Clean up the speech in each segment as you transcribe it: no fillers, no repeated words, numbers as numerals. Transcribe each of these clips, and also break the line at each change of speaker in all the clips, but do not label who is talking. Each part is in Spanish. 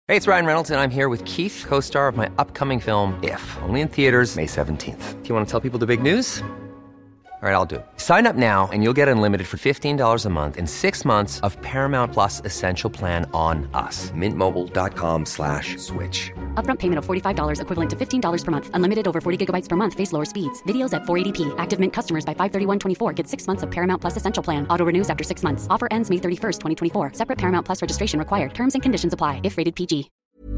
Hey, it's Ryan Reynolds, and I'm here with Keith, co-star of my upcoming film, If, only in theaters May 17th. Do you want to tell people the big news? All right, I'll do it. Sign up now and you'll get unlimited for $15 a month and 6 months of Paramount Plus Essential Plan on us. MintMobile.com/switch.
Upfront payment of $45 equivalent to $15 per month. Unlimited over 40 gigabytes per month. Face lower speeds. Videos at 480p. Active Mint customers by 531.24 get 6 months of Paramount Plus Essential Plan. Auto renews after 6 months. Offer ends May 31st, 2024. Separate Paramount Plus registration required. Terms and conditions apply if rated PG.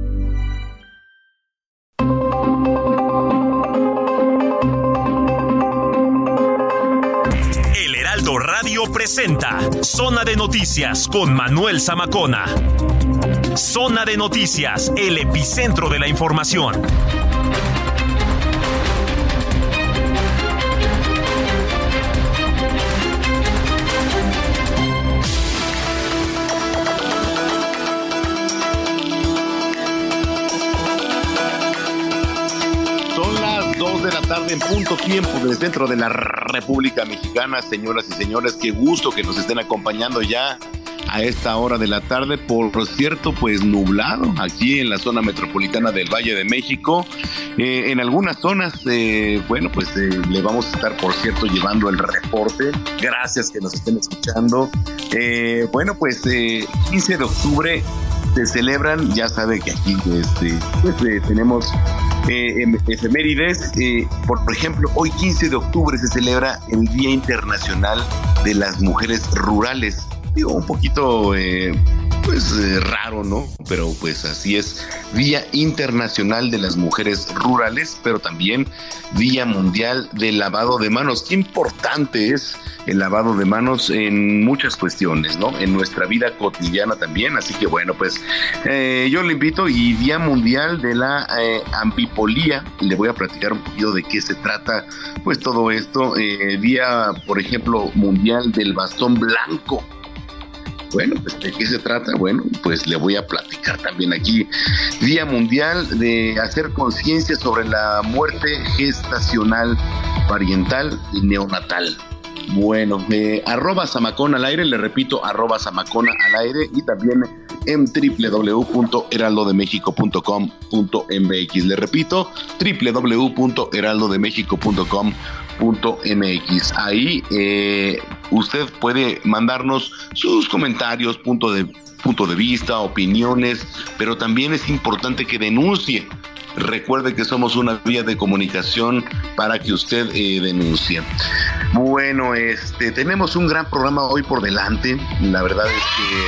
El Heraldo Radio presenta Zona de Noticias con Manuel Zamacona. Zona de Noticias, el epicentro de la información.
Son las 2 de la tarde en punto tiempo del centro de la República Mexicana. Señoras y señores, qué gusto que nos estén acompañando ya a esta hora de la tarde. Por cierto, pues nublado aquí en la zona metropolitana del Valle de México. En algunas zonas, le vamos a estar, por cierto, llevando el reporte. Gracias que nos estén escuchando. 15 de octubre se celebran, ya sabe que aquí tenemos efemérides. Por ejemplo, hoy 15 de octubre se celebra el Día Internacional de las Mujeres Rurales. Digo, un poquito raro, ¿no? Pero pues así es. Día Internacional de las Mujeres Rurales, pero también Día Mundial del Lavado de Manos. Qué importante es el lavado de manos en muchas cuestiones, ¿no? En nuestra vida cotidiana también. Así que yo le invito. Y Día Mundial de la Ambipoliía. Le voy a platicar un poquito de qué se trata pues todo esto. Día, por ejemplo, Mundial del Bastón Blanco. Bueno, pues ¿de qué se trata? Bueno, pues le voy a platicar también aquí. Día Mundial de hacer conciencia sobre la muerte gestacional, parietal y neonatal. Bueno, @Zamacona al aire, le repito, @Zamacona al aire, y también en www.heraldodemexico.com.mx. Le repito, www.heraldodemexico.com.mx. Ahí usted puede mandarnos sus comentarios, punto de vista, opiniones, pero también es importante que denuncie. Recuerde que somos una vía de comunicación para que usted denuncie. Bueno, tenemos un gran programa hoy por delante. La verdad es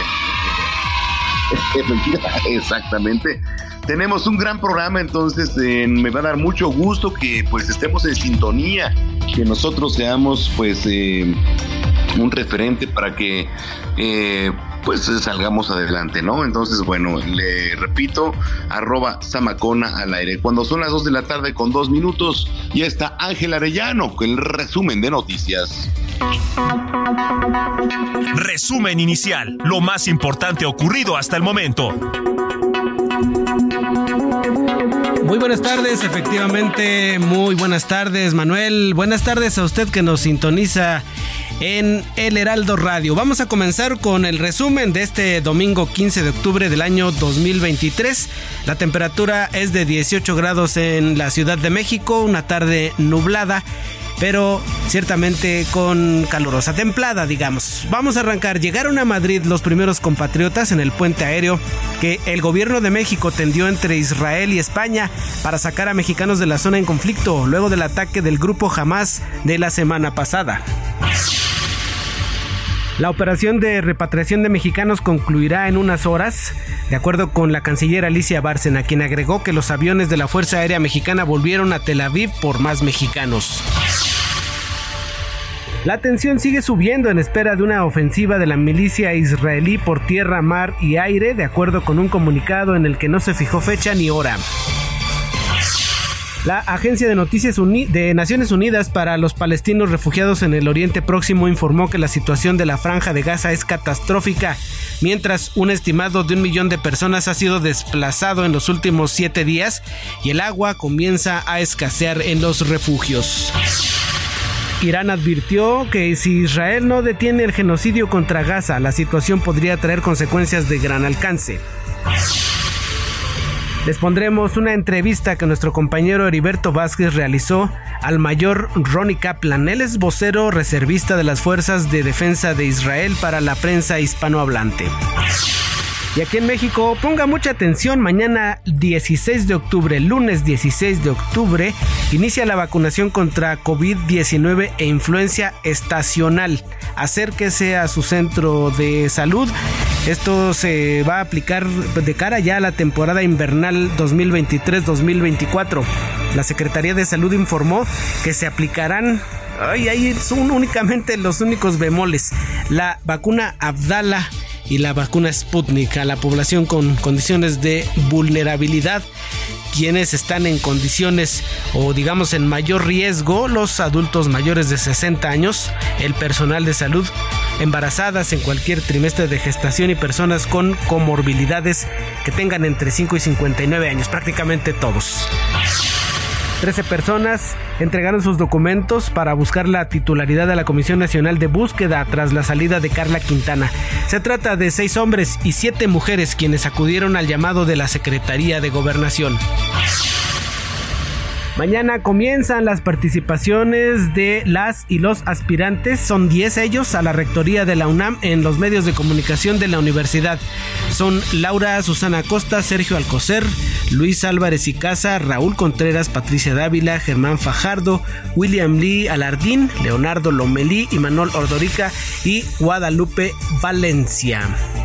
que exactamente. Tenemos un gran programa, entonces me va a dar mucho gusto que pues estemos en sintonía, que nosotros seamos pues un referente para que salgamos adelante, ¿no? Entonces, bueno, le repito, @Zamacona al aire. Cuando son las 2 de la tarde con 2 minutos, ya está Ángel Arellano con el resumen de noticias.
Resumen inicial, lo más importante ocurrido hasta el momento.
Muy buenas tardes, efectivamente, muy buenas tardes, Manuel. Buenas tardes a usted que nos sintoniza en El Heraldo Radio. Vamos a comenzar con el resumen de este domingo 15 de octubre del año 2023. La temperatura es de 18 grados en la Ciudad de México, una tarde nublada, pero ciertamente con calurosa, templada, digamos. Vamos a arrancar. Llegaron a Madrid los primeros compatriotas en el puente aéreo que el gobierno de México tendió entre Israel y España para sacar a mexicanos de la zona en conflicto, luego del ataque del grupo Hamás de la semana pasada. La operación de repatriación de mexicanos concluirá en unas horas, de acuerdo con la canciller Alicia Bárcena, quien agregó que los aviones de la Fuerza Aérea Mexicana volvieron a Tel Aviv por más mexicanos. La tensión sigue subiendo en espera de una ofensiva de la milicia israelí por tierra, mar y aire, de acuerdo con un comunicado en el que no se fijó fecha ni hora. La Agencia de Noticias de Naciones Unidas para los palestinos refugiados en el Oriente Próximo informó que la situación de la Franja de Gaza es catastrófica, mientras un estimado de 1 millón de personas ha sido desplazado en los últimos 7 días y el agua comienza a escasear en los refugios. Irán advirtió que si Israel no detiene el genocidio contra Gaza, la situación podría traer consecuencias de gran alcance. Les pondremos una entrevista que nuestro compañero Heriberto Vázquez realizó al mayor Ronnie Kaplan. Él es vocero reservista de las Fuerzas de Defensa de Israel para la prensa hispanohablante. Y aquí en México, ponga mucha atención, mañana 16 de octubre, lunes 16 de octubre, inicia la vacunación contra COVID-19 e influencia estacional. Acérquese a su centro de salud. Esto se va a aplicar de cara ya a la temporada invernal 2023-2024. La Secretaría de Salud informó que se aplicarán, ahí son únicamente los únicos bemoles, la vacuna Abdala y la vacuna Sputnik a la población con condiciones de vulnerabilidad, quienes están en condiciones o digamos en mayor riesgo, los adultos mayores de 60 años, el personal de salud, embarazadas en cualquier trimestre de gestación y personas con comorbilidades que tengan entre 5 y 59 años, prácticamente todos. 13 personas entregaron sus documentos para buscar la titularidad de la Comisión Nacional de Búsqueda tras la salida de Carla Quintana. Se trata de 6 hombres y 7 mujeres quienes acudieron al llamado de la Secretaría de Gobernación. Mañana comienzan las participaciones de las y los aspirantes, son 10 ellos, a la rectoría de la UNAM en los medios de comunicación de la universidad. Son Laura Susana Costa, Sergio Alcocer, Luis Álvarez y Casa, Raúl Contreras, Patricia Dávila, Germán Fajardo, William Lee Alardín, Leonardo Lomelí, Imanol Ordorica y Guadalupe Valencia.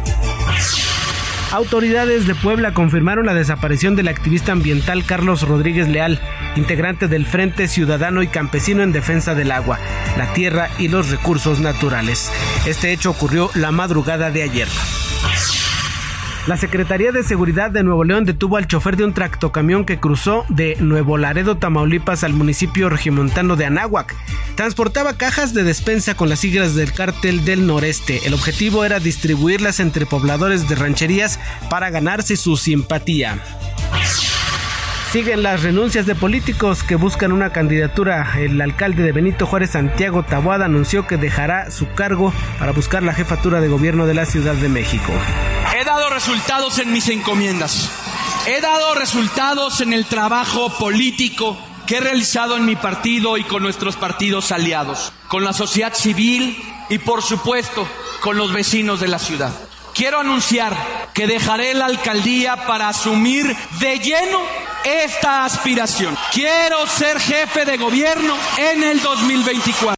Autoridades de Puebla confirmaron la desaparición del activista ambiental Carlos Rodríguez Leal, integrante del Frente Ciudadano y Campesino en Defensa del Agua, la Tierra y los Recursos Naturales. Este hecho ocurrió la madrugada de ayer. La Secretaría de Seguridad de Nuevo León detuvo al chofer de un tractocamión que cruzó de Nuevo Laredo, Tamaulipas, al municipio regiomontano de Anáhuac. Transportaba cajas de despensa con las siglas del Cártel del Noreste. El objetivo era distribuirlas entre pobladores de rancherías para ganarse su simpatía. Siguen las renuncias de políticos que buscan una candidatura. El alcalde de Benito Juárez, Santiago Taboada, anunció que dejará su cargo para buscar la jefatura de gobierno de la Ciudad de México.
He dado resultados en mis encomiendas. He dado resultados en el trabajo político que he realizado en mi partido y con nuestros partidos aliados, con la sociedad civil y, por supuesto, con los vecinos de la ciudad. Quiero anunciar que dejaré la alcaldía para asumir de lleno esta aspiración. Quiero ser jefe de gobierno en el 2024.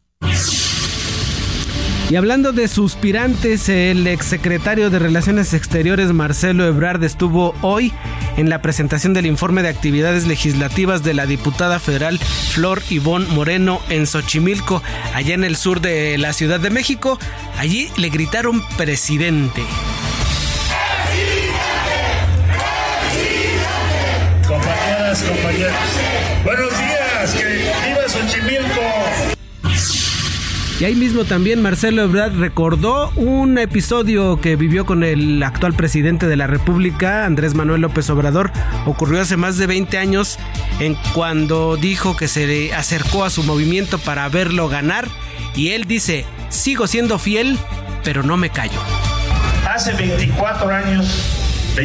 Y hablando de suspirantes, el exsecretario de Relaciones Exteriores Marcelo Ebrard estuvo hoy en la presentación del informe de actividades legislativas de la diputada federal Flor Ivonne Moreno en Xochimilco, allá en el sur de la Ciudad de México. Allí le gritaron presidente.
Compañeras, compañeros, buenos días, que viva Xochimilco.
Y ahí mismo también Marcelo Ebrard recordó un episodio que vivió con el actual presidente de la República, Andrés Manuel López Obrador. Ocurrió hace más de 20 años, cuando dijo que se acercó a su movimiento para verlo ganar. Y él dice: sigo siendo fiel, pero no me callo.
Hace 24 años,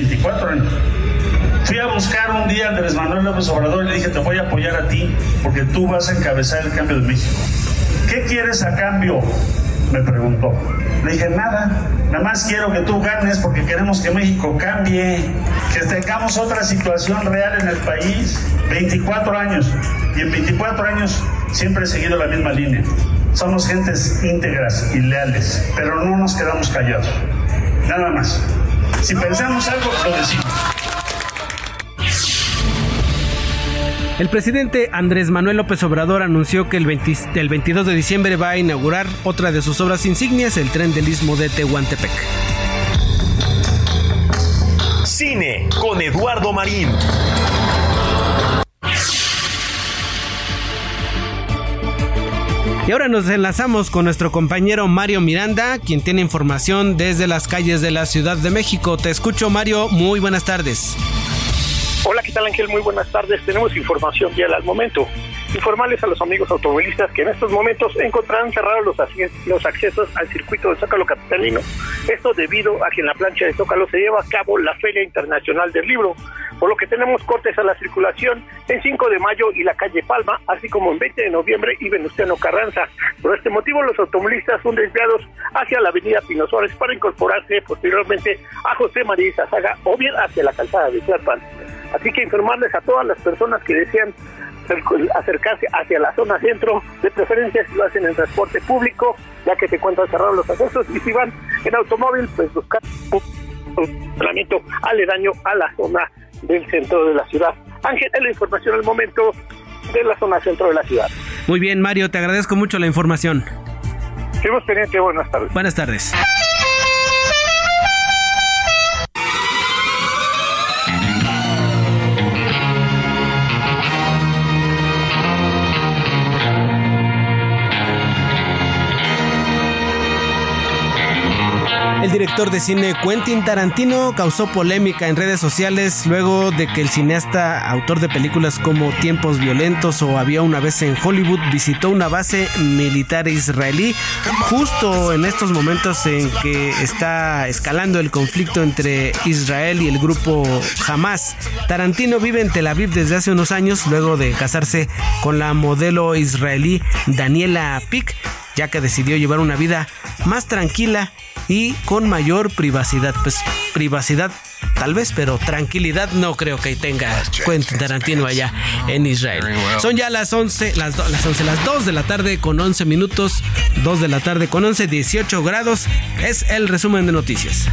fui a buscar un día a Andrés Manuel López Obrador y le dije: te voy a apoyar a ti porque tú vas a encabezar el cambio de México. ¿Qué quieres a cambio?, me preguntó. Le dije: nada más quiero que tú ganes porque queremos que México cambie, que tengamos otra situación real en el país. 24 años, y en 24 años siempre he seguido la misma línea. Somos gentes íntegras y leales, pero no nos quedamos callados. Nada más. Si pensamos algo, lo decimos.
El presidente Andrés Manuel López Obrador anunció que el 22 de diciembre va a inaugurar otra de sus obras insignias, el tren del Istmo de Tehuantepec.
Cine con Eduardo Marín.
Y ahora nos enlazamos con nuestro compañero Mario Miranda, quien tiene información desde las calles de la Ciudad de México. Te escucho, Mario. Muy buenas tardes.
Hola, ¿qué tal, Ángel? Muy buenas tardes. Tenemos información vial al momento. Informarles a los amigos automovilistas que en estos momentos encontrarán cerrados los accesos al circuito del Zócalo capitalino. Esto debido a que en la plancha de Zócalo se lleva a cabo la Feria Internacional del Libro, por lo que tenemos cortes a la circulación en 5 de Mayo y la calle Palma, así como en 20 de noviembre y Venustiano Carranza. Por este motivo, los automovilistas son desviados hacia la avenida Pino Suárez para incorporarse posteriormente a José María Izazaga o bien hacia la calzada de Tlalpan. Así que informarles a todas las personas que desean acercarse hacia la zona centro, de preferencia si lo hacen en transporte público, ya que se encuentran cerrados los accesos, y si van en automóvil, pues buscar un funcionamiento aledaño a la zona del centro de la ciudad. Ángel, es la información al momento de la zona centro de la ciudad.
Muy bien, Mario, te agradezco mucho la información.
Seguimos pendiente, buenas tardes.
Buenas tardes. El director de cine Quentin Tarantino causó polémica en redes sociales luego de que el cineasta, autor de películas como Tiempos Violentos o Había una vez en Hollywood, visitó una base militar israelí justo en estos momentos en que está escalando el conflicto entre Israel y el grupo Hamas. Tarantino vive en Tel Aviv desde hace unos años luego de casarse con la modelo israelí Daniela Pick, ya que decidió llevar una vida más tranquila y con mayor privacidad. Pues privacidad tal vez, pero tranquilidad no creo que tenga Quentin Tarantino allá en Israel. Son ya las 2 de la tarde con 11 minutos, 2 de la tarde con 11, 18 grados. Es el resumen de noticias.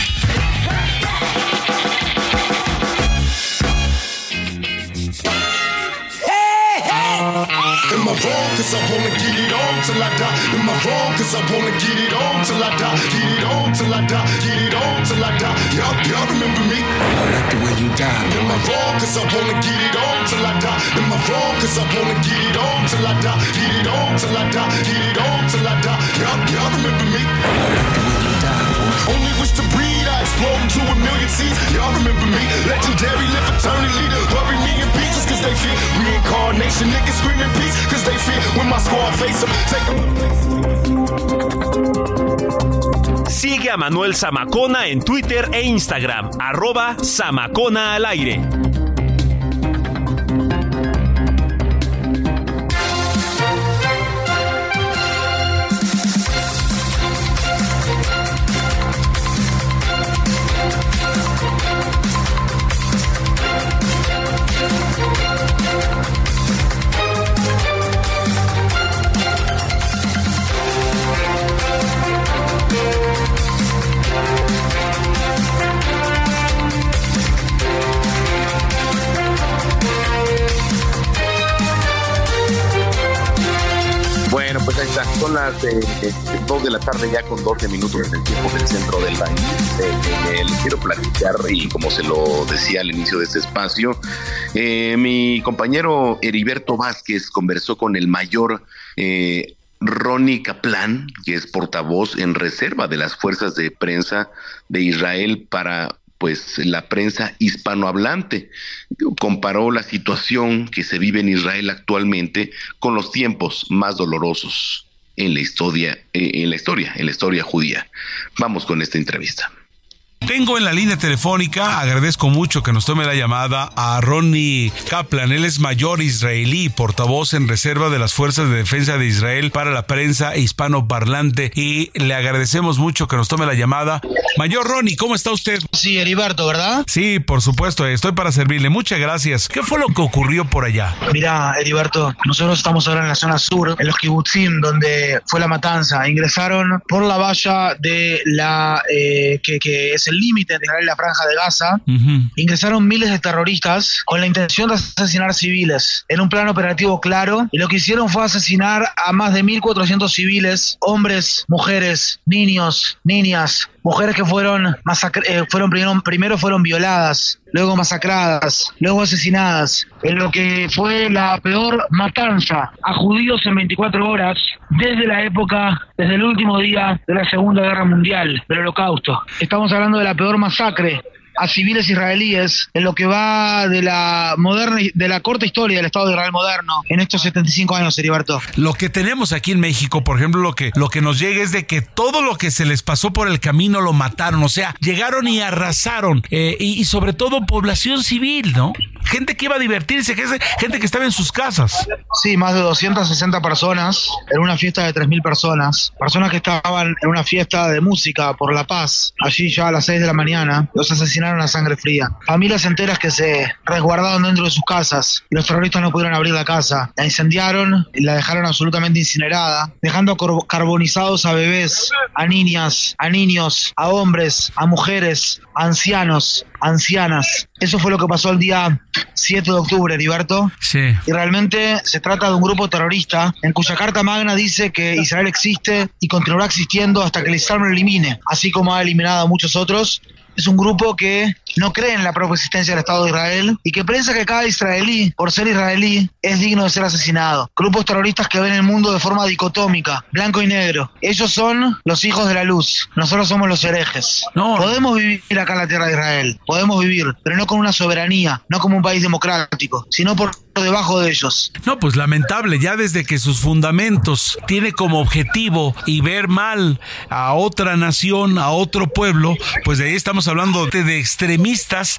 Am I wrong? Cause I wanna get it on till I die. Am I wrong? Cause I wanna get it on till I die. Get it on till I die. Get it on till I die. Y'all remember me? I like the way you die. Am I wrong? Cause I wanna get it on till I die. Am I wrong? Cause I wanna get it on till I die. Get it on till I die. Get it on till I die. Y'all remember me? I like the way you die. Only wish to breathe. I explode into a million seeds. Y'all remember me? Legendary, live eternally. Bury me in pieces cause they fear reincarnation. Niggas screaming peace cause they fear when my squad face them. Take them.
Sigue a Manuel Zamacona en Twitter e Instagram, @Zamacona al aire.
Bueno, pues ahí está, son las 2 de la tarde ya con 12 minutos en el tiempo del centro del país. Les quiero platicar, y como se lo decía al inicio de este espacio, mi compañero Heriberto Vázquez conversó con el mayor Ronnie Kaplan, que es portavoz en reserva de las fuerzas de prensa de Israel para la prensa hispanohablante. Comparó la situación que se vive en Israel actualmente con los tiempos más dolorosos en la historia judía. Vamos con esta entrevista.
Tengo en la línea telefónica, agradezco mucho que nos tome la llamada, a Ronnie Kaplan. Él es mayor israelí, portavoz en reserva de las Fuerzas de Defensa de Israel para la prensa hispanoparlante, y le agradecemos mucho que nos tome la llamada. Mayor Ronnie, ¿cómo está usted?
Sí, Heriberto, ¿verdad?
Sí, por supuesto, estoy para servirle. Muchas gracias. ¿Qué fue lo que ocurrió por allá?
Mirá, Heriberto, nosotros estamos ahora en la zona sur, en los kibutzim, donde fue la matanza. Ingresaron por la valla de la que es el límite entre Israel y la Franja de Gaza. Ingresaron miles de terroristas con la intención de asesinar civiles en un plan operativo claro, y lo que hicieron fue asesinar a más de 1.400 civiles, hombres, mujeres, niños, niñas, mujeres que primero fueron violadas, luego masacradas, luego asesinadas, en lo que fue la peor matanza a judíos en 24 horas desde el último día de la Segunda Guerra Mundial, del Holocausto. Estamos hablando de la peor masacre a civiles israelíes en lo que va de la corta historia del Estado de Israel moderno en estos 75 años, Heriberto.
Lo que tenemos aquí en México, por ejemplo, lo que nos llega es de que todo lo que se les pasó por el camino lo mataron, o sea, llegaron y arrasaron, y sobre todo población civil, ¿no? Gente que iba a divertirse, gente que estaba en sus casas.
Sí, más de 260 personas en una fiesta de 3.000 personas que estaban en una fiesta de música por la paz, allí ya a las 6 de la mañana, los asesinaron a sangre fría. Familias enteras que se resguardaron dentro de sus casas, y los terroristas no pudieron abrir la casa, la incendiaron y la dejaron absolutamente incinerada, dejando carbonizados a bebés, a niñas, a niños, a hombres, a mujeres, a ancianos, ancianas. Eso fue lo que pasó el día 7 de octubre, Heriberto.
Sí.
Y realmente se trata de un grupo terrorista en cuya Carta Magna dice que Israel existe y continuará existiendo hasta que el Islam lo elimine, así como ha eliminado a muchos otros. Es un grupo que no cree en la propia existencia del Estado de Israel y que piensa que cada israelí, por ser israelí, es digno de ser asesinado. Grupos terroristas que ven el mundo de forma dicotómica, blanco y negro. Ellos son los hijos de la luz, nosotros somos los herejes.
No.
Podemos vivir acá en la tierra de Israel, podemos vivir, pero no con una soberanía, no como un país democrático, sino por debajo de ellos.
No, pues lamentable, ya desde que sus fundamentos tiene como objetivo y ver mal a otra nación, a otro pueblo, pues de ahí estamos hablando de extremistas,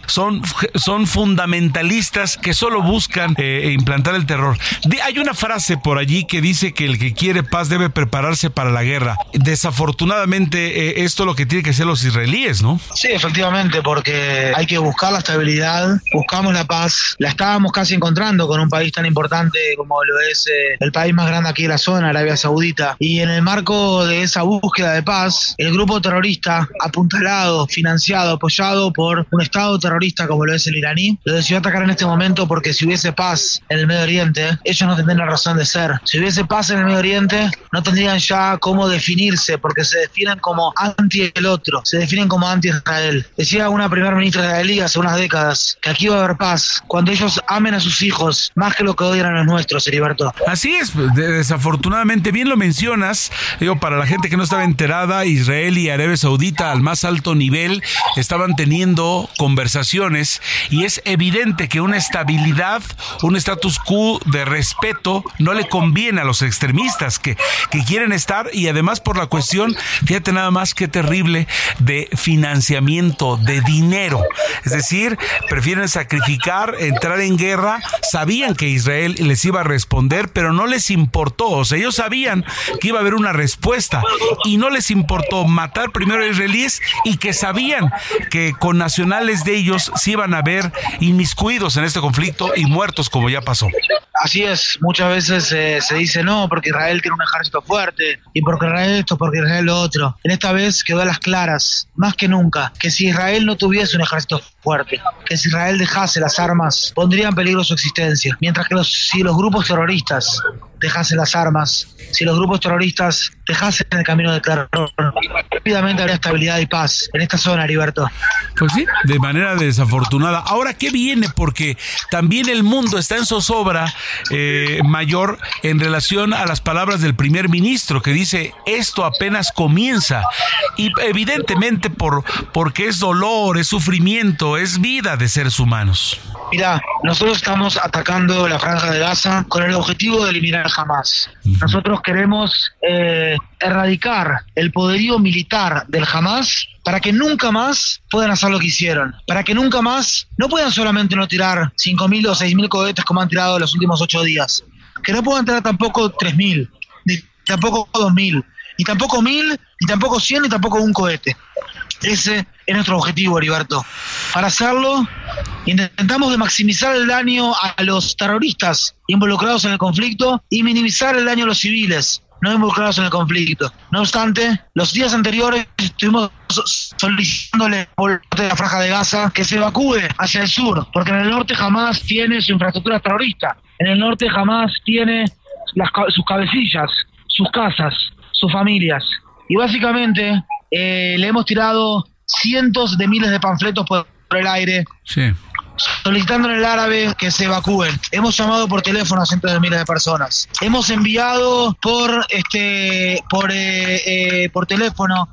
son fundamentalistas que solo buscan implantar el terror. Hay una frase por allí que dice que el que quiere paz debe prepararse para la guerra. Desafortunadamente, esto es lo que tienen que hacer los israelíes, ¿no?
Sí, efectivamente, porque hay que buscar la estabilidad, buscamos la paz, la estábamos casi encontrando con un país tan importante como lo es el país más grande aquí de la zona, Arabia Saudita, y en el marco de esa búsqueda de paz, el grupo terrorista apuntalado, financiado, apoyado por un estado terrorista como lo es el iraní, lo decidió atacar en este momento porque si hubiese paz en el Medio Oriente, ellos no tendrían la razón de ser. Si hubiese paz en el Medio Oriente, no tendrían ya cómo definirse, porque se definen como anti el otro, se definen como anti-Israel. Decía una primera ministra israelí hace unas décadas que aquí va a haber paz cuando ellos amen a sus hijos más que lo que odian a los nuestros, Heriberto.
Así es, desafortunadamente, bien lo mencionas, para la gente que no estaba enterada, Israel y Arabia Saudita al más alto nivel estaban teniendo conversaciones y es evidente que una estabilidad, un status quo de respeto no le conviene a los extremistas que quieren estar, y además por la cuestión, fíjate nada más qué terrible, de financiamiento, de dinero. Es decir, prefieren sacrificar, entrar en guerra, sabían que Israel les iba a responder, pero no les importó, o sea, ellos sabían que iba a haber una respuesta y no les importó matar primero a israelíes y que sabían que con nacionales de ellos se iban a ver inmiscuidos en este conflicto y muertos como ya pasó.
Así es, muchas veces se dice no, porque Israel tiene un ejército fuerte, y porque Israel esto, porque Israel lo otro. En esta vez quedó a las claras, más que nunca, que si Israel no tuviese un ejército fuerte, que si Israel dejase las armas, pondría en peligro su existencia. Mientras que si los grupos terroristas dejasen las armas, si los grupos terroristas dejasen el camino del terror, rápidamente habría estabilidad y paz en esta zona, Heriberto.
Pues sí, de manera desafortunada. Ahora, ¿qué viene? Porque también el mundo está en zozobra mayor en relación a las palabras del primer ministro, que dice, esto apenas comienza. Y evidentemente porque es dolor, es sufrimiento, es vida de seres humanos.
Mira, nosotros estamos atacando la Franja de Gaza con el objetivo de eliminar a Hamas. Nosotros queremos erradicar el poderío militar del Hamas para que nunca más puedan hacer lo que hicieron, para que nunca más no puedan solamente no tirar 5.000 o 6.000 cohetes como han tirado los últimos 8 días, que no puedan tirar tampoco 3.000, ni tampoco 2.000, ni tampoco 1.000, ni tampoco 100, ni tampoco un cohete. Ese es nuestro objetivo, Heriberto. Para hacerlo, intentamos de maximizar el daño a los terroristas involucrados en el conflicto y minimizar el daño a los civiles no involucrados en el conflicto. No obstante, los días anteriores estuvimos solicitándole al norte de la Franja de Gaza que se evacúe hacia el sur, porque en el norte Hamas tiene su infraestructura terrorista. En el norte Hamas tiene sus cabecillas, sus casas, sus familias. Y básicamente le hemos tirado cientos de miles de panfletos por el aire, sí, solicitando en el árabe que se evacúen. Hemos llamado por teléfono a cientos de miles de personas. Hemos enviado por teléfono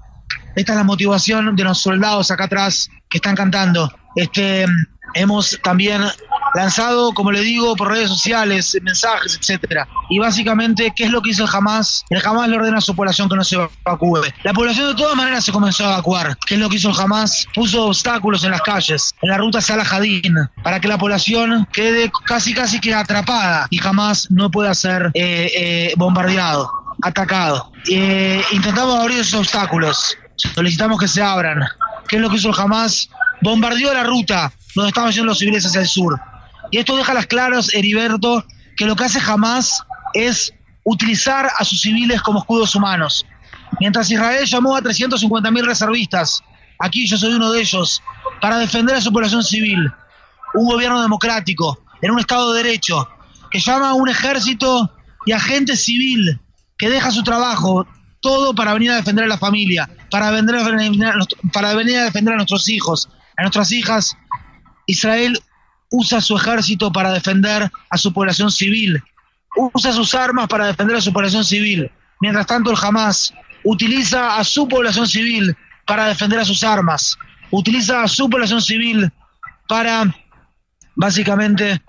Esta es la motivación de los soldados acá atrás que están cantando. Hemos también lanzado, como le digo, por redes sociales, mensajes, etcétera. Y básicamente, ¿qué es lo que hizo el Hamas? El Hamas le ordena a su población que no se evacúe. La población de todas maneras se comenzó a evacuar. ¿Qué es lo que hizo el Hamas? Puso obstáculos en las calles, en la ruta Salah Hadin, para que la población quede casi que atrapada y jamás no pueda ser bombardeado, atacado. Intentamos abrir esos obstáculos. Solicitamos que se abran. ¿Qué es lo que hizo el Hamas? Bombardeó la ruta donde estaban yendo los civiles hacia el sur. Y esto deja las claras, Heriberto, que lo que hace Hamas es utilizar a sus civiles como escudos humanos. Mientras Israel llamó a 350.000 reservistas, aquí yo soy uno de ellos, para defender a su población civil, un gobierno democrático, en un Estado de Derecho, que llama a un ejército y a gente civil que deja su trabajo, todo para venir a defender a la familia, para venir a defender a nuestros hijos, a nuestras hijas. Israel usa su ejército para defender a su población civil, usa sus armas para defender a su población civil. Mientras tanto, el Hamas utiliza a su población civil para defender a sus armas, utiliza a su población civil para, básicamente,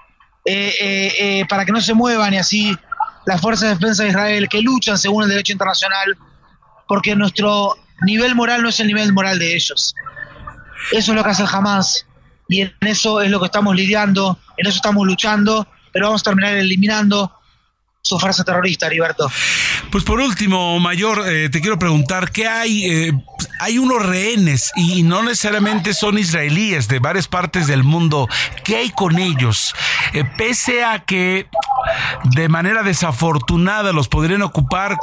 para que no se muevan, y así las fuerzas de defensa de Israel, que luchan según el derecho internacional, porque nuestro nivel moral no es el nivel moral de ellos. Eso es lo que hace el Hamas, y en eso es lo que estamos lidiando, en eso estamos luchando, pero vamos a terminar eliminando su farsa terrorista, Heriberto.
Pues por último, Mayor, te quiero preguntar, ¿qué hay? Hay unos rehenes y no necesariamente son israelíes, de varias partes del mundo. ¿Qué hay con ellos? Pese a que de manera desafortunada los podrían ocupar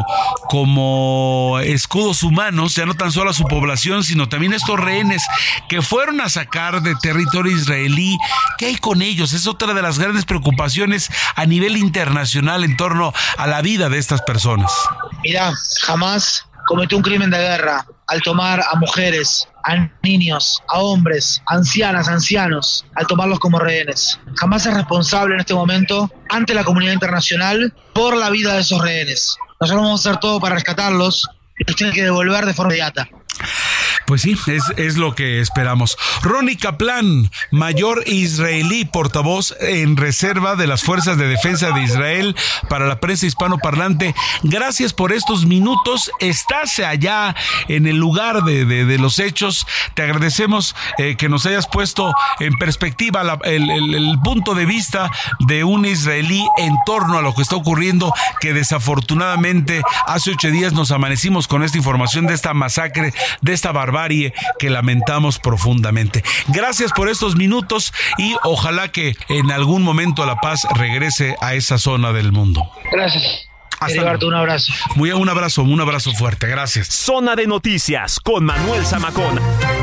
como escudos humanos, ya no tan solo a su población, sino también estos rehenes que fueron a sacar de territorio israelí. ¿Qué hay con ellos? Es otra de las grandes preocupaciones a nivel internacional en torno a la vida de estas personas.
Mira, Hamas cometió un crimen de guerra al tomar a mujeres, a niños, a hombres, a ancianas, ancianos, al tomarlos como rehenes. Hamas es responsable en este momento ante la comunidad internacional por la vida de esos rehenes. Nosotros vamos a hacer todo para rescatarlos y los tienen que devolver de forma inmediata.
Pues sí, es lo que esperamos. Ronnie Kaplan, mayor israelí, portavoz en reserva de las Fuerzas de Defensa de Israel para la prensa hispanoparlante, gracias por estos minutos. Estás allá en el lugar de los hechos. Te agradecemos que nos hayas puesto en perspectiva el punto de vista de un israelí en torno a lo que está ocurriendo, que desafortunadamente hace 8 días nos amanecimos con esta información de esta masacre, de esta barbarie que lamentamos profundamente. Gracias por estos minutos y ojalá que en algún momento la paz regrese a esa zona del mundo.
Gracias.
Hasta luego. Un abrazo fuerte. Gracias.
Zona de Noticias con Manuel Zamacona.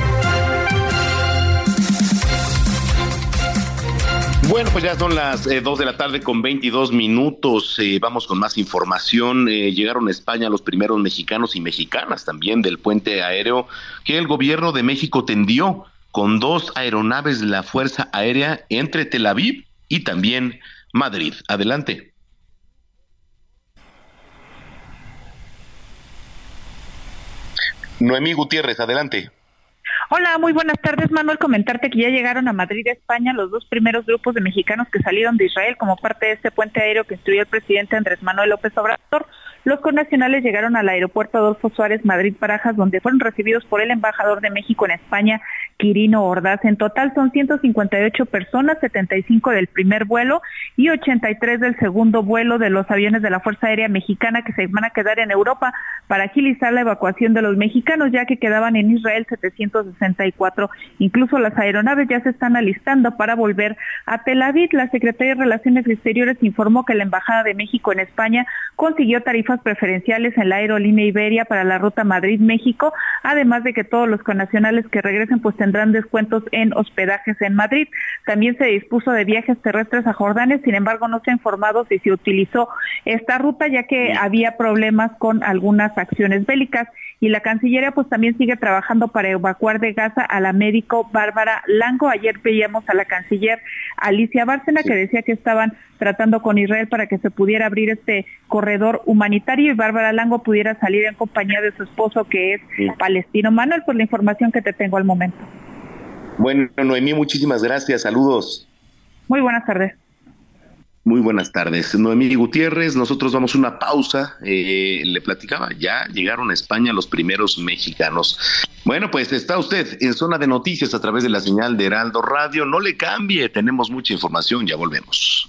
Bueno, pues ya son las 2 de la tarde con 22 minutos. Vamos con más información. Llegaron a España los primeros mexicanos y mexicanas también del puente aéreo que el gobierno de México tendió con 2 aeronaves de la Fuerza Aérea entre Tel Aviv y también Madrid. Adelante. Noemí Gutiérrez, adelante.
Hola, muy buenas tardes, Manuel. Comentarte que ya llegaron a Madrid, España, los 2 primeros grupos de mexicanos que salieron de Israel como parte de este puente aéreo que instruyó el presidente Andrés Manuel López Obrador. Los connacionales llegaron al aeropuerto Adolfo Suárez Madrid-Barajas, donde fueron recibidos por el embajador de México en España, Quirino Ordaz. En total son 158 personas, 75 del primer vuelo y 83 del segundo vuelo de los aviones de la Fuerza Aérea Mexicana que se van a quedar en Europa para agilizar la evacuación de los mexicanos, ya que quedaban en Israel 764. Incluso las aeronaves ya se están alistando para volver a Tel Aviv. La Secretaría de Relaciones Exteriores informó que la Embajada de México en España consiguió tarifas preferenciales en la aerolínea Iberia para la ruta Madrid-México, además de que todos los connacionales que regresen pues tendrán descuentos en hospedajes en Madrid. También se dispuso de viajes terrestres a Jordania, sin embargo no se ha informado si se utilizó esta ruta, ya que había problemas con algunas acciones bélicas. y la Cancillería pues también sigue trabajando para evacuar de Gaza a la médico Bárbara Lango. Ayer veíamos a la canciller Alicia Bárcena que decía que estaban tratando con Israel para que se pudiera abrir este corredor humanitario y Bárbara Lango pudiera salir en compañía de su esposo que es palestino. Manuel, por la información que te tengo al momento.
Bueno, Noemí, muchísimas gracias. Saludos.
Muy buenas tardes.
Muy buenas tardes, Noemí Gutiérrez. Nosotros vamos a una pausa. Le platicaba, ya llegaron a España los primeros mexicanos. Bueno, pues está usted en Zona de Noticias a través de la señal de Heraldo Radio. No le cambie, tenemos mucha información, ya volvemos.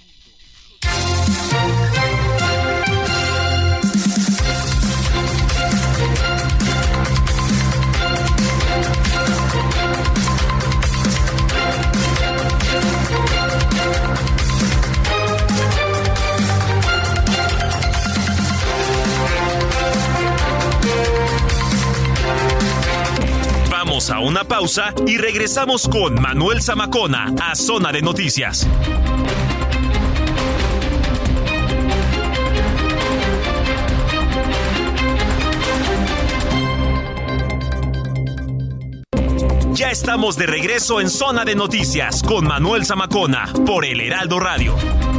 A una pausa y regresamos con Manuel Zamacona a Zona de Noticias. Ya estamos de regreso en Zona de Noticias con Manuel Zamacona por el Heraldo Radio.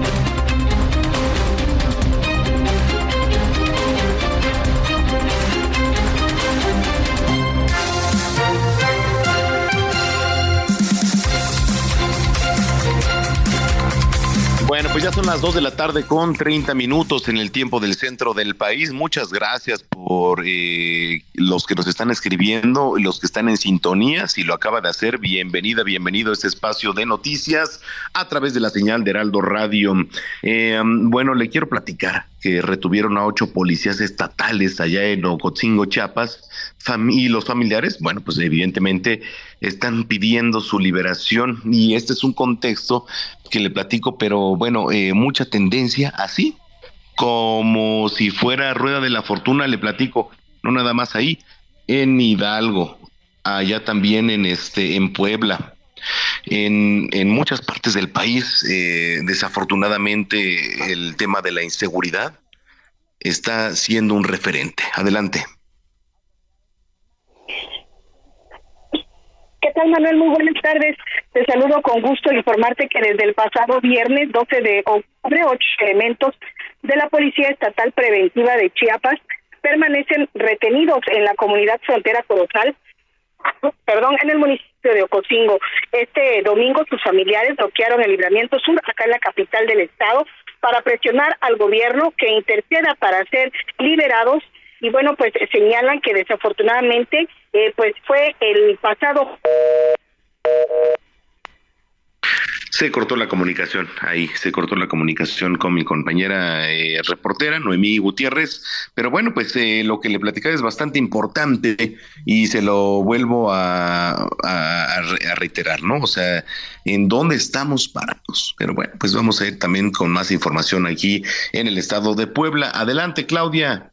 Bueno, pues ya son las 2 de la tarde con 30 minutos en el tiempo del centro del país. Muchas gracias por los que nos están escribiendo, los que están en sintonía. Si lo acaba de hacer, bienvenida, bienvenido a este espacio de noticias a través de la señal de Heraldo Radio. Bueno, le quiero platicar que retuvieron a 8 policías estatales allá en Ocosingo, Chiapas, y los familiares, bueno, pues evidentemente están pidiendo su liberación y este es un contexto que le platico, pero bueno, mucha tendencia así, como si fuera rueda de la fortuna, le platico, no nada más ahí, en Hidalgo, allá también en Puebla, en muchas partes del país, desafortunadamente el tema de la inseguridad está siendo un referente. Adelante.
¿Qué tal, Manuel? Muy buenas tardes. Te saludo con gusto informarte que desde el pasado viernes 12 de octubre, 8 elementos de la Policía Estatal Preventiva de Chiapas permanecen retenidos en la comunidad frontera Corozal, en el municipio de Ocosingo. Este domingo sus familiares bloquearon el Libramiento Sur, acá en la capital del estado, para presionar al gobierno que interceda para ser liberados. Y bueno, pues señalan que desafortunadamente pues fue el pasado.
Se cortó la comunicación, con mi compañera reportera, Noemí Gutiérrez, pero bueno, pues lo que le platicaba es bastante importante y se lo vuelvo a reiterar, ¿no? O sea, ¿en dónde estamos parados? Pero bueno, pues vamos a ir también con más información aquí en el estado de Puebla. Adelante, Claudia.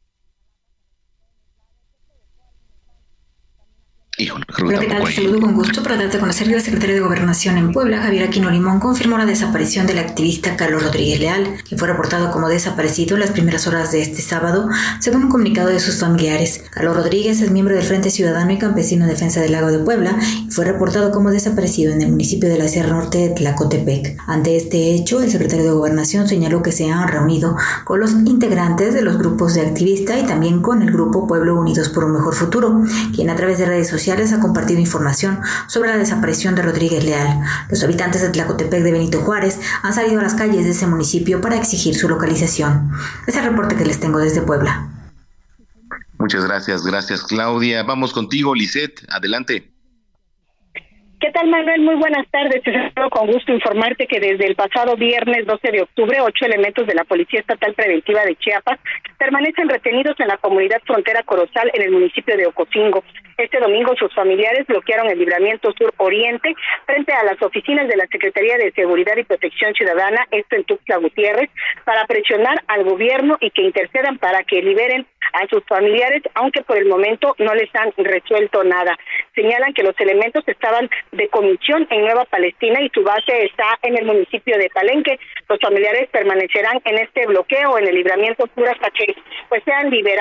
Hola, ¿qué tal? Te saludo con gusto para darte a conocer que el secretario de Gobernación en Puebla, Javier Aquino Limón, confirmó la desaparición del activista Carlos Rodríguez Leal, quien fue reportado como desaparecido en las primeras horas de este sábado, según un comunicado de sus familiares. Carlos Rodríguez es miembro del Frente Ciudadano y Campesino en Defensa del Lago de Puebla y fue reportado como desaparecido en el municipio de la Sierra Norte de Tlacotepec. Ante este hecho, el secretario de Gobernación señaló que se han reunido con los integrantes de los grupos de activistas y también con el grupo Pueblo Unidos por un Mejor Futuro, quien a través de redes sociales ha compartido información sobre la desaparición de Rodríguez Leal. Los habitantes de Tlacotepec de Benito Juárez han salido a las calles de ese municipio para exigir su localización. Es el reporte que les tengo desde Puebla.
Muchas gracias, Claudia. Vamos contigo, Lisette, adelante.
¿Qué tal, Manuel? Muy buenas tardes. Te saludo con gusto informarte que desde el pasado viernes 12 de octubre, 8 elementos de la Policía Estatal Preventiva de Chiapas permanecen retenidos en la comunidad frontera Corozal en el municipio de Ocosingo. Este domingo sus familiares bloquearon el Libramiento Sur Oriente frente a las oficinas de la Secretaría de Seguridad y Protección Ciudadana, esto en Tuxtla Gutiérrez, para presionar al gobierno y que intercedan para que liberen a sus familiares, aunque por el momento no les han resuelto nada. Señalan que los elementos estaban de comisión en Nueva Palestina y su base está en el municipio de Palenque. Los familiares permanecerán en este bloqueo en el Libramiento Sur hasta que pues sean liberados.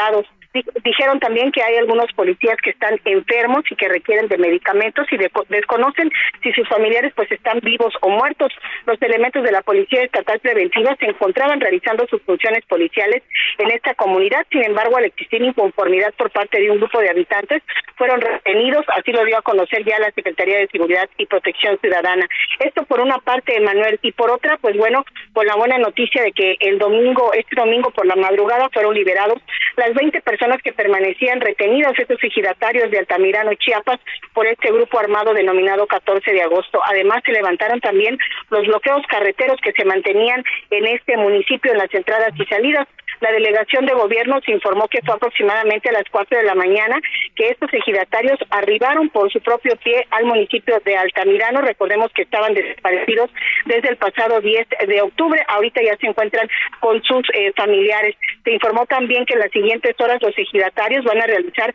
Dijeron también que hay algunos policías que están enfermos y que requieren de medicamentos y desconocen si sus familiares pues están vivos o muertos. Los elementos de la Policía Estatal Preventiva se encontraban realizando sus funciones policiales en esta comunidad. Sin embargo, al existir inconformidad por parte de un grupo de habitantes, fueron retenidos, así lo dio a conocer ya la Secretaría de Seguridad y Protección Ciudadana. Esto por una parte, Manuel, y por otra, pues bueno, con la buena noticia de que este domingo por la madrugada fueron liberados las 20 personas que permanecían retenidas, estos ejidatarios de Altamirano, Chiapas, por este grupo armado denominado 14 de agosto. Además, se levantaron también los bloqueos carreteros que se mantenían en este municipio en las entradas y salidas. La delegación de gobierno se informó que fue aproximadamente a las 4 de la mañana que estos ejidatarios arribaron por su propio pie al municipio de Altamirano. Recordemos que estaban desaparecidos desde el pasado 10 de octubre. Ahorita ya se encuentran con sus familiares. Se informó también que en las siguientes horas los ejidatarios van a realizar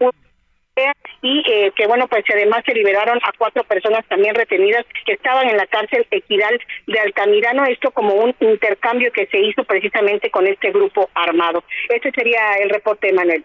y que bueno, pues además se liberaron a 4 personas también retenidas que estaban en la cárcel Equidal de Altamirano, esto como un intercambio que se hizo precisamente con este grupo armado. Este sería el reporte, Manuel.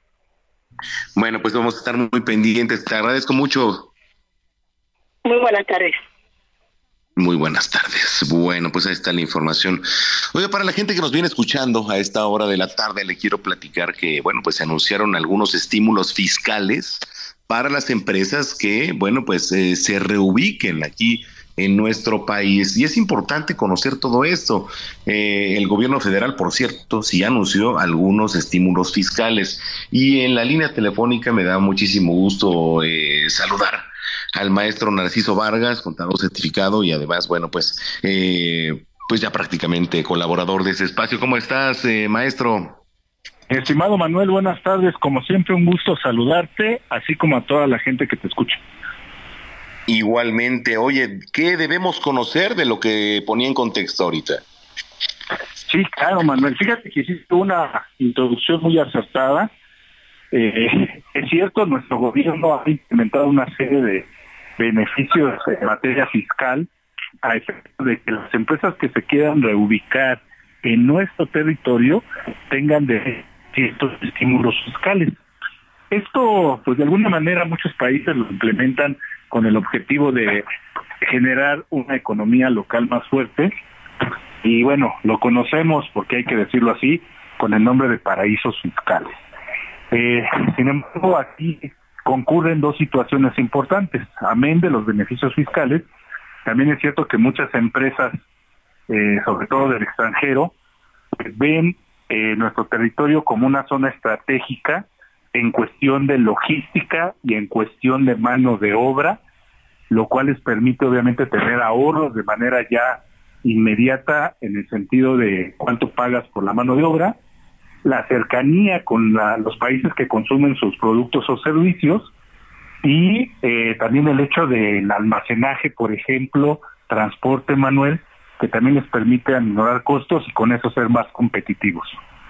Bueno, pues vamos a estar muy pendientes, te agradezco mucho.
Muy buenas tardes.
Muy buenas tardes. Bueno, pues ahí está la información. Oye, para la gente que nos viene escuchando a esta hora de la tarde, le quiero platicar que, bueno, pues se anunciaron algunos estímulos fiscales para las empresas que, bueno, pues se reubiquen aquí en nuestro país. Y es importante conocer todo esto. El gobierno federal, por cierto, sí anunció algunos estímulos fiscales. Y en la línea telefónica me da muchísimo gusto saludar al maestro Narciso Vargas, contador certificado y además, bueno, pues ya prácticamente colaborador de ese espacio. ¿Cómo estás, maestro?
Estimado Manuel, buenas tardes. Como siempre, un gusto saludarte, así como a toda la gente que te escucha.
Igualmente. Oye, ¿qué debemos conocer de lo que ponía en contexto ahorita?
Sí, claro, Manuel. Fíjate que hiciste una introducción muy acertada. Es cierto, nuestro gobierno ha implementado una serie de beneficios en materia fiscal a efecto de que las empresas que se quieran reubicar en nuestro territorio tengan de ciertos estímulos fiscales. Esto, pues de alguna manera muchos países lo implementan con el objetivo de generar una economía local más fuerte y bueno, lo conocemos, porque hay que decirlo así, con el nombre de paraísos fiscales. Sin embargo, aquí concurren dos situaciones importantes. Amén de los beneficios fiscales, también es cierto que muchas empresas, sobre todo del extranjero, ven nuestro territorio como una zona estratégica en cuestión de logística y en cuestión de mano de obra, lo cual les permite obviamente tener ahorros de manera ya inmediata en el sentido de cuánto pagas por la mano de obra, la cercanía con los países que consumen sus productos o servicios y también el hecho del almacenaje, por ejemplo, transporte, Manuel, que también les permite aminorar costos y con eso ser más competitivos.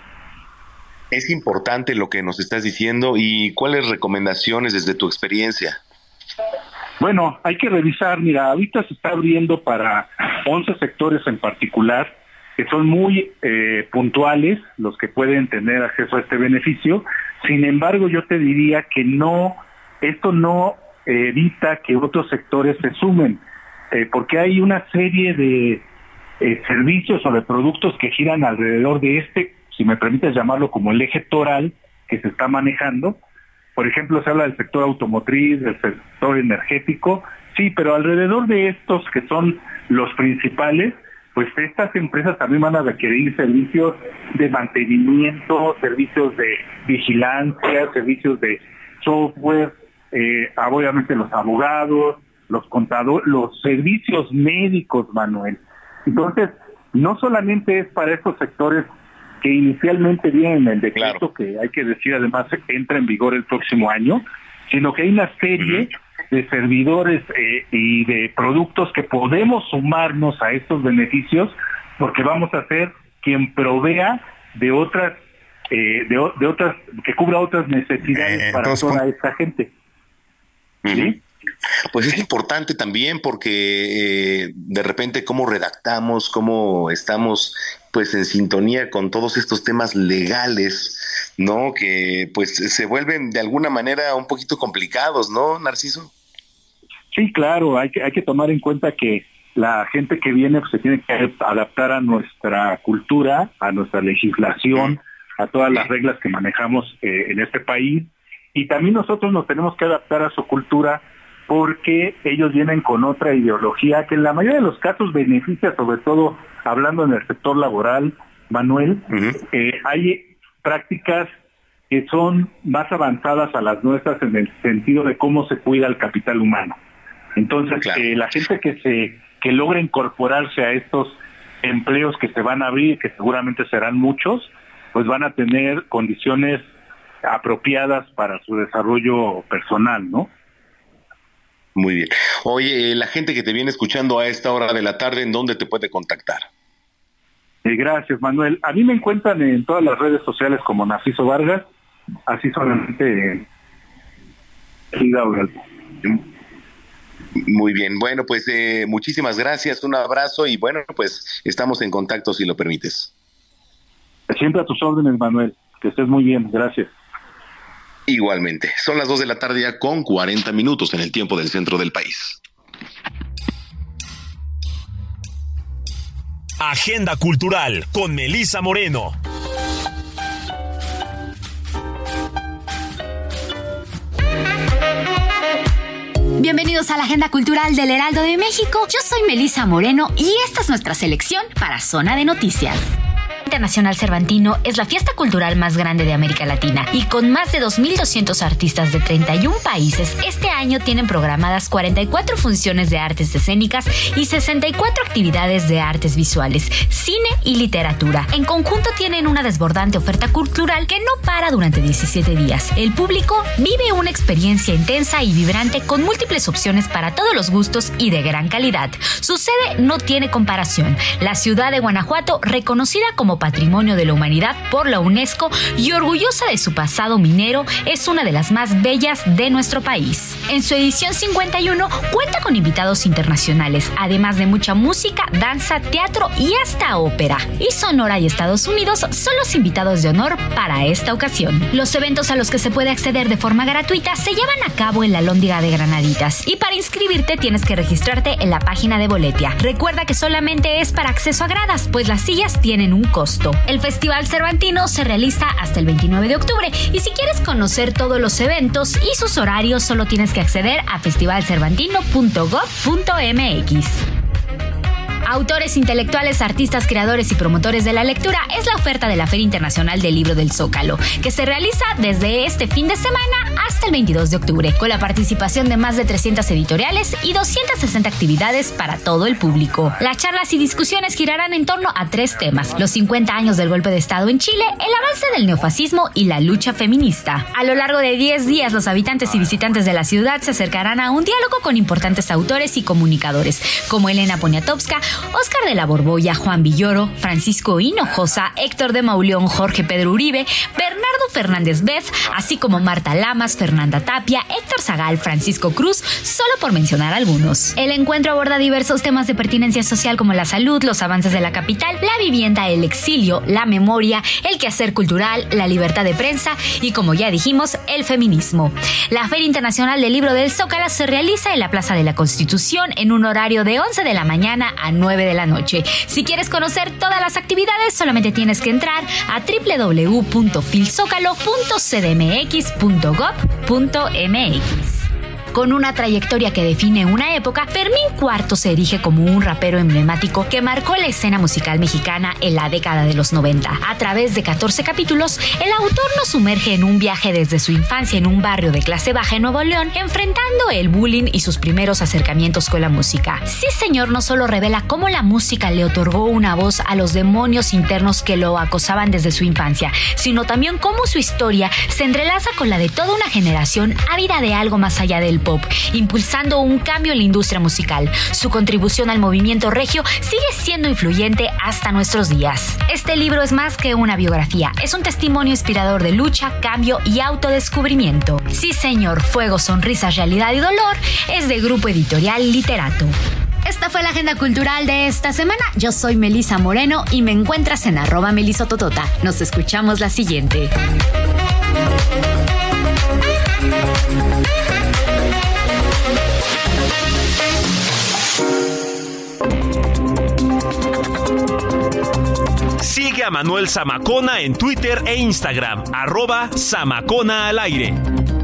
Es importante lo que nos estás diciendo. ¿Y cuáles recomendaciones desde tu experiencia?
Bueno, hay que revisar. Mira, ahorita se está abriendo para 11 sectores en particular, que son muy puntuales, los que pueden tener acceso a este beneficio. Sin embargo, yo te diría que esto no evita que otros sectores se sumen, porque hay una serie de servicios o de productos que giran alrededor de si me permites llamarlo como el eje toral que se está manejando. Por ejemplo, se habla del sector automotriz, del sector energético, sí, pero alrededor de estos que son los principales, pues estas empresas también van a requerir servicios de mantenimiento, servicios de vigilancia, servicios de software, obviamente los abogados, los contadores, los servicios médicos, Manuel. Entonces, no solamente es para estos sectores que inicialmente vienen en el decreto, que hay que decir además entra en vigor el próximo año, sino que hay una serie de servidores y de productos que podemos sumarnos a estos beneficios porque vamos a ser quien provea de otras, que cubra otras necesidades para toda esta gente. ¿Sí?
Pues es importante también porque de repente cómo redactamos, cómo estamos pues en sintonía con todos estos temas legales, ¿no? Que pues se vuelven de alguna manera un poquito complicados, ¿no, Narciso?
Sí, claro, hay que tomar en cuenta que la gente que viene pues, se tiene que adaptar a nuestra cultura, a nuestra legislación, a todas las reglas que manejamos en este país, y también nosotros nos tenemos que adaptar a su cultura porque ellos vienen con otra ideología que en la mayoría de los casos beneficia, sobre todo hablando en el sector laboral, Manuel. Hay prácticas que son más avanzadas a las nuestras en el sentido de cómo se cuida el capital humano. Entonces, la gente que logra incorporarse a estos empleos que se van a abrir, que seguramente serán muchos, pues van a tener condiciones apropiadas para su desarrollo personal, ¿no?
Muy bien. Oye, la gente que te viene escuchando a esta hora de la tarde, ¿en dónde te puede contactar?
Gracias, Manuel. A mí me encuentran en todas las redes sociales como Narciso Vargas, así solamente.
Muy bien. Bueno, pues muchísimas gracias, un abrazo y bueno, pues estamos en contacto si lo permites.
Siempre a tus órdenes, Manuel. Que estés muy bien. Gracias.
Igualmente. Son las 2 de la tarde ya con 40 minutos en el tiempo del centro del país.
Agenda Cultural con Melissa Moreno.
Bienvenidos a la Agenda Cultural del Heraldo de México. Yo soy Melissa Moreno y esta es nuestra selección para Zona de Noticias. Internacional Cervantino es la fiesta cultural más grande de América Latina y con más de 2.200 artistas de 31 países, este año tienen programadas 44 funciones de artes escénicas y 64 actividades de artes visuales, cine y literatura. En conjunto tienen una desbordante oferta cultural que no para durante 17 días. El público vive una experiencia intensa y vibrante con múltiples opciones para todos los gustos y de gran calidad. Su sede no tiene comparación. La ciudad de Guanajuato, reconocida como Patrimonio de la Humanidad por la UNESCO y orgullosa de su pasado minero, es una de las más bellas de nuestro país. En su edición 51 cuenta con invitados internacionales, además de mucha música, danza, teatro y hasta ópera. Y Sonora y Estados Unidos son los invitados de honor para esta ocasión. Los eventos a los que se puede acceder de forma gratuita se llevan a cabo en la Alhóndiga de Granaditas y para inscribirte tienes que registrarte en la página de Boletia. Recuerda que solamente es para acceso a gradas, pues las sillas tienen un costo. El Festival Cervantino se realiza hasta el 29 de octubre y si quieres conocer todos los eventos y sus horarios solo tienes que acceder a festivalcervantino.gov.mx. Autores, intelectuales, artistas, creadores y promotores de la lectura es la oferta de la Feria Internacional del Libro del Zócalo, que se realiza desde este fin de semana hasta el 22 de octubre, con la participación de más de 300 editoriales y 260 actividades para todo el público. Las charlas y discusiones girarán en torno a 3 temas: los 50 años del golpe de Estado en Chile, el avance del neofascismo y la lucha feminista. A lo largo de 10 días, los habitantes y visitantes de la ciudad se acercarán a un diálogo con importantes autores y comunicadores, como Elena Poniatowska, Óscar de la Borbolla, Juan Villoro, Francisco Hinojosa, Héctor de Mauleón, Jorge Pedro Uribe, Bernardo Fernández Beth, así como Marta Lamas, Fernanda Tapia, Héctor Zagal, Francisco Cruz, solo por mencionar algunos. El encuentro aborda diversos temas de pertinencia social como la salud, los avances de la capital, la vivienda, el exilio, la memoria, el quehacer cultural, la libertad de prensa y, como ya dijimos, el feminismo. La Feria Internacional del Libro del Zócalo se realiza en la Plaza de la Constitución en un horario de 11 de la mañana a 9 de la noche. Si quieres conocer todas las actividades, solamente tienes que entrar a www.filzócalo.cdmx.gov.mx. Con una trayectoria que define una época, Fermín Cuarto se erige como un rapero emblemático que marcó la escena musical mexicana en la década de los 90. A través de 14 capítulos, el autor nos sumerge en un viaje desde su infancia en un barrio de clase baja en Nuevo León, enfrentando el bullying y sus primeros acercamientos con la música. Sí, señor, no solo revela cómo la música le otorgó una voz a los demonios internos que lo acosaban desde su infancia, sino también cómo su historia se entrelaza con la de toda una generación ávida de algo más allá del pop, impulsando un cambio en la industria musical. Su contribución al movimiento regio sigue siendo influyente hasta nuestros días. Este libro es más que una biografía, es un testimonio inspirador de lucha, cambio y autodescubrimiento. Sí, señor, Fuego, Sonrisas, Realidad y Dolor es de Grupo Editorial Literato. Esta fue la agenda cultural de esta semana. Yo soy Melisa Moreno y me encuentras en @melisototota. Nos escuchamos la siguiente.
Sigue a Manuel Zamacona en Twitter e Instagram, @ZamaconaAlAire.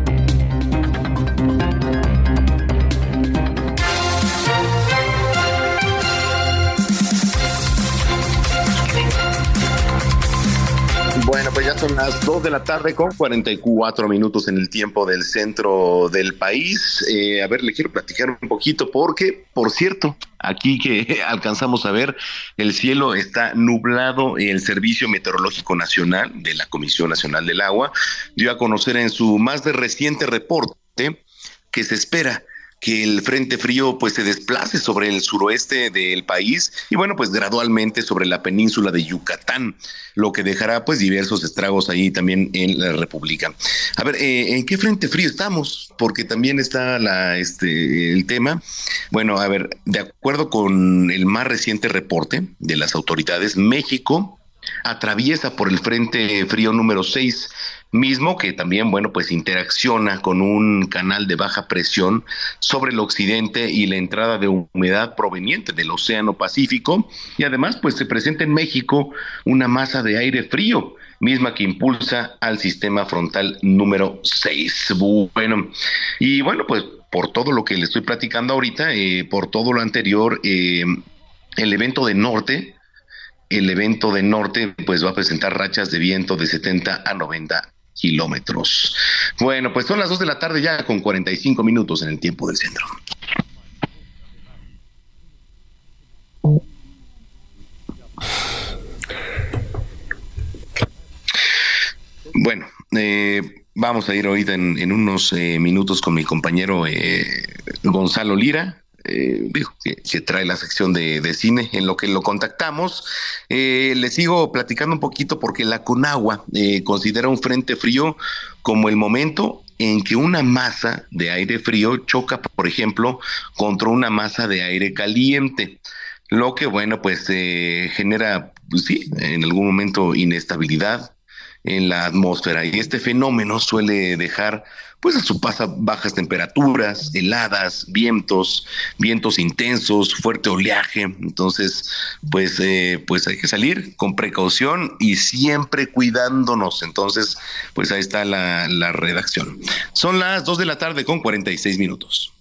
Bueno, pues ya son las 2 de la tarde con 44 minutos en el tiempo del centro del país. A ver, le quiero platicar un poquito porque, por cierto, aquí que alcanzamos a ver, el cielo está nublado. El Servicio Meteorológico Nacional de la Comisión Nacional del Agua dio a conocer en su más reciente reporte que se espera que el frente frío pues se desplace sobre el suroeste del país y bueno, pues gradualmente sobre la península de Yucatán, lo que dejará pues diversos estragos ahí también en la República. A ver, ¿en qué frente frío estamos? Porque también está el tema. Bueno, a ver, de acuerdo con el más reciente reporte de las autoridades, México atraviesa por el frente frío número 6, mismo que también, bueno, pues interacciona con un canal de baja presión sobre el occidente y la entrada de humedad proveniente del Océano Pacífico, y además pues se presenta en México una masa de aire frío, misma que impulsa al sistema frontal número 6. Bueno, y bueno, pues por todo lo que le estoy platicando ahorita, por todo lo anterior, el evento de norte pues va a presentar rachas de viento de 70 a 90 kilómetros. Bueno, pues son las 2 de la tarde ya con 45 minutos en el tiempo del centro. Bueno, vamos a ir ahorita en unos minutos con mi compañero Gonzalo Lira. Que trae la sección de cine. En lo que lo contactamos, le sigo platicando un poquito porque la Conagua considera un frente frío como el momento en que una masa de aire frío choca, por ejemplo, contra una masa de aire caliente, lo que, bueno, pues genera, pues, sí, en algún momento inestabilidad en la atmósfera, y este fenómeno suele dejar pues a su paso bajas temperaturas, heladas, vientos intensos, fuerte oleaje. Entonces pues hay que salir con precaución y siempre cuidándonos. Entonces pues ahí está la redacción. Son las 2 de la tarde con 46 minutos.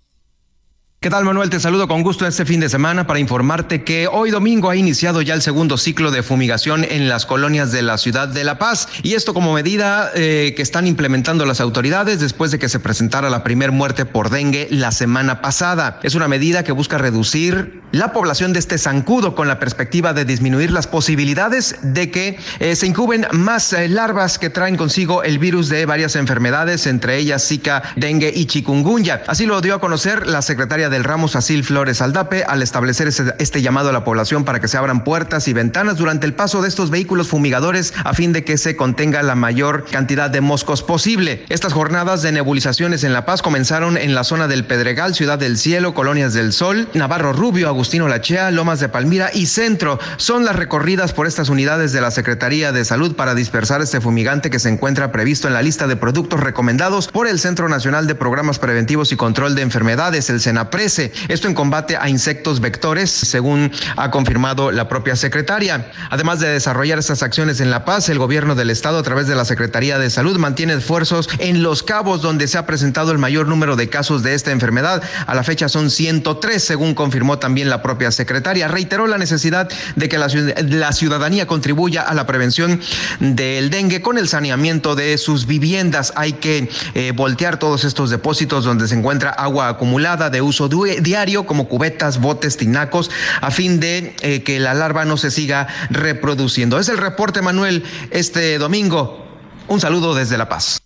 ¿Qué tal, Manuel? Te saludo con gusto este fin de semana para informarte que hoy domingo ha iniciado ya el segundo ciclo de fumigación en las colonias de la ciudad de La Paz, y esto como medida que están implementando las autoridades después de que se presentara la primer muerte por dengue la semana pasada. Es una medida que busca reducir la población de este zancudo con la perspectiva de disminuir las posibilidades de que se incuben más larvas que traen consigo el virus de varias enfermedades, entre ellas Zika, dengue y chikungunya. Así lo dio a conocer la secretaria del ramo, Sacil Flores Aldape, al establecer este llamado a la población para que se abran puertas y ventanas durante el paso de estos vehículos fumigadores a fin de que se contenga la mayor cantidad de moscos posible. Estas jornadas de nebulizaciones en La Paz comenzaron en la zona del Pedregal, Ciudad del Cielo, Colonias del Sol, Navarro Rubio, Agustino Lachea, Lomas de Palmira y Centro. Son las recorridas por estas unidades de la Secretaría de Salud para dispersar este fumigante que se encuentra previsto en la lista de productos recomendados por el Centro Nacional de Programas Preventivos y Control de Enfermedades, el CENAPRESE. Esto en combate a insectos vectores, según ha confirmado la propia secretaria. Además de desarrollar estas acciones en La Paz, el gobierno del estado, a través de la Secretaría de Salud, mantiene esfuerzos en Los Cabos, donde se ha presentado el mayor número de casos de esta enfermedad. A la fecha son 103, según confirmó también la propia secretaria. Reiteró la necesidad de que la ciudadanía contribuya a la prevención del dengue con el saneamiento de sus viviendas. Hay que voltear todos estos depósitos donde se encuentra agua acumulada de uso diario, como cubetas, botes, tinacos, a fin de que la larva no se siga reproduciendo. Es el reporte, Manuel, este domingo. Un saludo desde La Paz.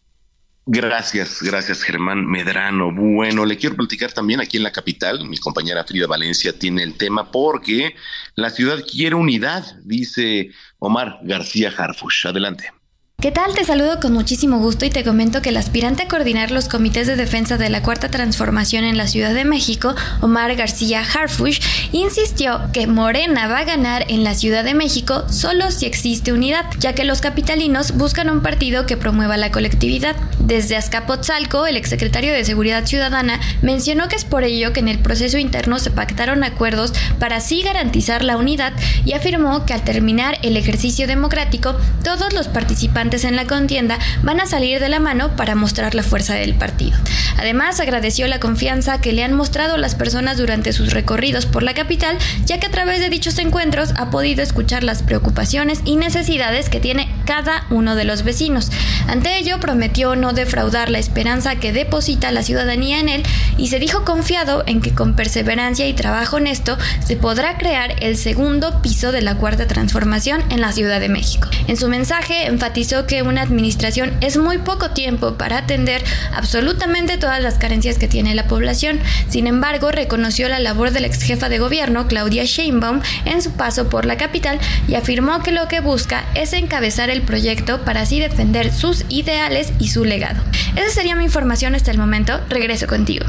Gracias Germán Medrano. Bueno, le quiero platicar también aquí en la capital. Mi compañera Frida Valencia tiene el tema porque la ciudad quiere unidad, dice Omar García Harfuch. Adelante.
¿Qué tal? Te saludo con muchísimo gusto y te comento que el aspirante a coordinar los comités de defensa de la Cuarta Transformación en la Ciudad de México, Omar García Harfuch, insistió que Morena va a ganar en la Ciudad de México solo si existe unidad, ya que los capitalinos buscan un partido que promueva la colectividad. Desde Azcapotzalco, el exsecretario de Seguridad Ciudadana mencionó que es por ello que en el proceso interno se pactaron acuerdos para así garantizar la unidad y afirmó que al terminar el ejercicio democrático, todos los participantes en la contienda van a salir de la mano para mostrar la fuerza del partido. Además, agradeció la confianza que le han mostrado las personas durante sus recorridos por la capital, ya que a través de dichos encuentros ha podido escuchar las preocupaciones y necesidades que tiene cada uno de los vecinos. Ante ello, prometió no defraudar la esperanza que deposita la ciudadanía en él y se dijo confiado en que con perseverancia y trabajo honesto se podrá crear el segundo piso de la Cuarta Transformación en la Ciudad de México. En su mensaje enfatizó que una administración es muy poco tiempo para atender absolutamente todas las carencias que tiene la población. Sin embargo, reconoció la labor de la exjefa de gobierno, Claudia Sheinbaum, en su paso por la capital y afirmó que lo que busca es encabezar el proyecto para así defender sus ideales y su legado. Esa sería mi información hasta el momento. Regreso contigo.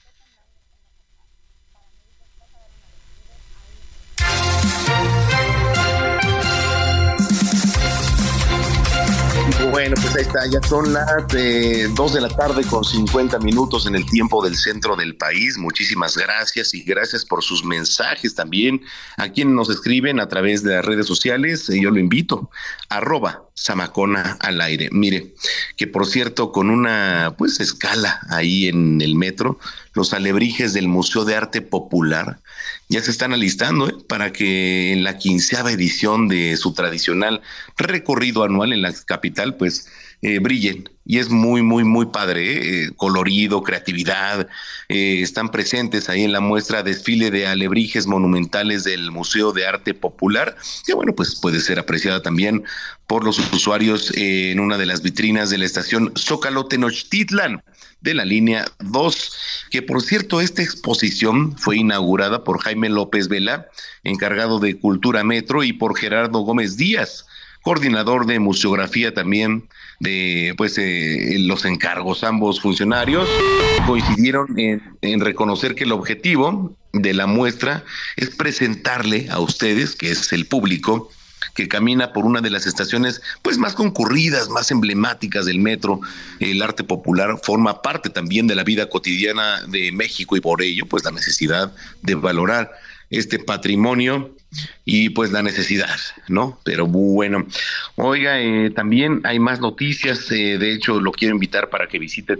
Bueno, pues ahí está, ya son las 2 de la tarde con 50 minutos en el tiempo del centro del país. Muchísimas gracias y gracias por sus mensajes también a quienes nos escriben a través de las redes sociales. Yo lo invito, @Zamacona al aire. Mire, que por cierto, con una pues escala ahí en el metro, los alebrijes del Museo de Arte Popular ya se están alistando para que en la 15ª edición de su tradicional recorrido anual en la capital, pues brillen. Y es muy, muy, muy padre, colorido, creatividad. Están presentes ahí en la muestra desfile de alebrijes monumentales del Museo de Arte Popular, que bueno, pues puede ser apreciada también por los usuarios en una de las vitrinas de la estación Zócalo Tenochtitlan de la línea 2, que por cierto esta exposición fue inaugurada por Jaime López Vela, encargado de Cultura Metro, y por Gerardo Gómez Díaz, coordinador de museografía también de los encargos. Ambos funcionarios coincidieron en reconocer que el objetivo de la muestra es presentarle a ustedes, que es el público que camina por una de las estaciones pues más concurridas, más emblemáticas del metro. El arte popular forma parte también de la vida cotidiana de México y por ello pues la necesidad de valorar este patrimonio y pues la necesidad, ¿no? Pero bueno, oiga, también hay más noticias. De hecho, lo quiero invitar para que visite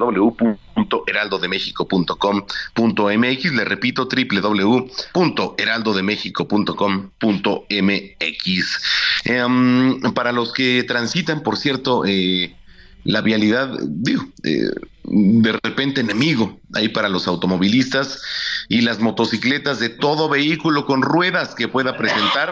www.heraldodemexico.com.mx. Le repito, www.heraldodemexico.com.mx. Para los que transitan, por cierto, la vialidad, de repente enemigo ahí para los automovilistas y las motocicletas de todo vehículo con ruedas que pueda presentar.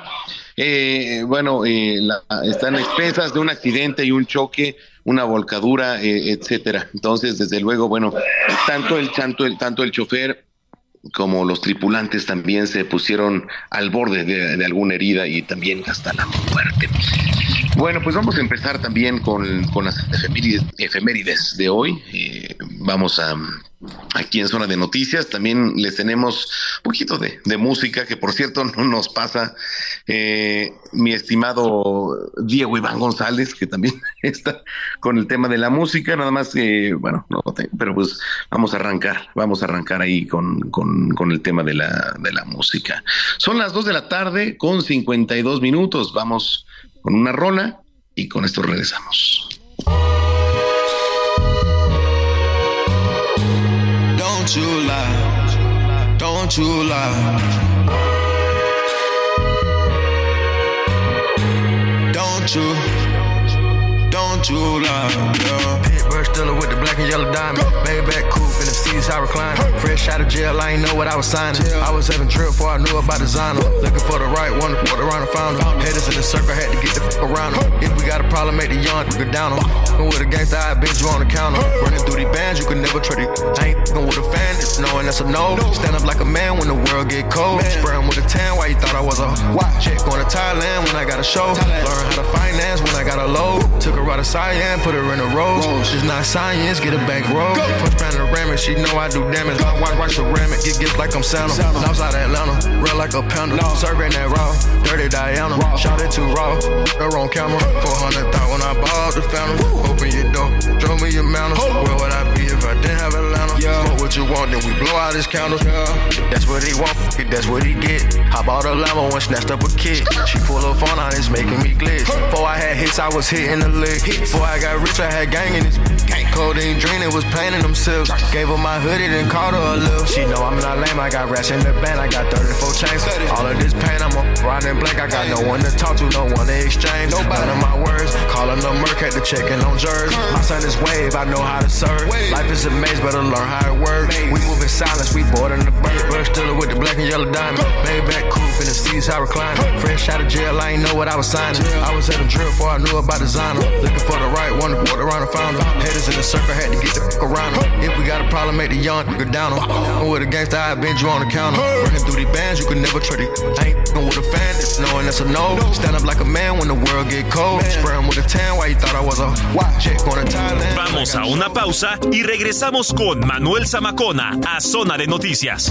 Están expensas de un accidente y un choque, una volcadura, etcétera. Entonces, desde luego, bueno, tanto el chofer como los tripulantes también se pusieron al borde de alguna herida y también hasta la muerte. Bueno, pues vamos a empezar también con las efemérides de hoy. Vamos aquí en Zona de Noticias. También les tenemos un poquito de música, que por cierto no nos pasa mi estimado Diego Iván González, que también está con el tema de la música. Nada más pero pues vamos a arrancar ahí con el tema de la música. Son las 2 de la tarde con 52 minutos. Vamos con una rola y con esto regresamos.
Don't you lie, don't you lie. Don't you lie, yeah. Pittsburgh Steeler with the black and yellow diamond. Maybach coupe in the seats I recline. Fresh out of jail, I ain't know what I was signing. I was having drip before I knew about designer. Looking for the right one, put around and found them. Haters in the circle, had to get the f*** around them. If we got a problem, make the young go down them. And with a gangsta, I bet you on the counter. Running through these bands, you can never trade it. I ain't f***ing with a fan, it's knowing that's a no. Stand up like a man when the world get cold. Spray 'em with a tan, why you thought thought I was a chick going to Thailand when I got a show. Learn how to finance when I got a load. Took her out of cyan, put her in a rose. It's not science, get a bankroll. Push panoramic, she know I do damage. My white ceramic, get gifts like I'm Santa. Outside Atlanta, real like a panda. Serving that raw, dirty Diana. Shot it too raw, her on camera. 400,000 when I bought the fountain. Open your door, show me your manners. Where would I be if I didn't have Atlanta? Smoke what you want, then we blow out his candles. That's what he want, that's what he get. I bought a Lambo and snatched up a kid. She pull her phone out, it's making me glitch. Before I had hits, I was hitting the lick. Before I got rich, I had gang in this. Codeine dream, it was painting themselves. Gave her my hoodie, then called her a little. She know I'm not lame, I got rats in the band, I got 34 chains. All of this pain, I'm on riding blank. I got no one to talk to, no one to exchange. None of my words, calling the Merc, had to checking on Jers. My son is wave, I know how to serve. Life is a maze, better learn how it works. We move in silence, we board in the bird. Bird stiller with the black and yellow diamond. Maybach coupe in the seats, I recline. Fresh out of jail, I ain't know what I was signing. I was at a drill before I knew about designer. Looking for the right one, walked around and found her. Headers in the circle, had to get the fuck around her. If we got a problem, make the young nigga down her. I'm with a gangster, I bend you on the counter. Running through these bands, you can never trade it. I ain't with a fan, knowing that's a no. Stand up like a man when the world get cold. Spray him with a tan, why you thought I was a chick going to Thailand.
Vamos a una pausa y regresamos con Manuel Zamacona a Zona de Noticias.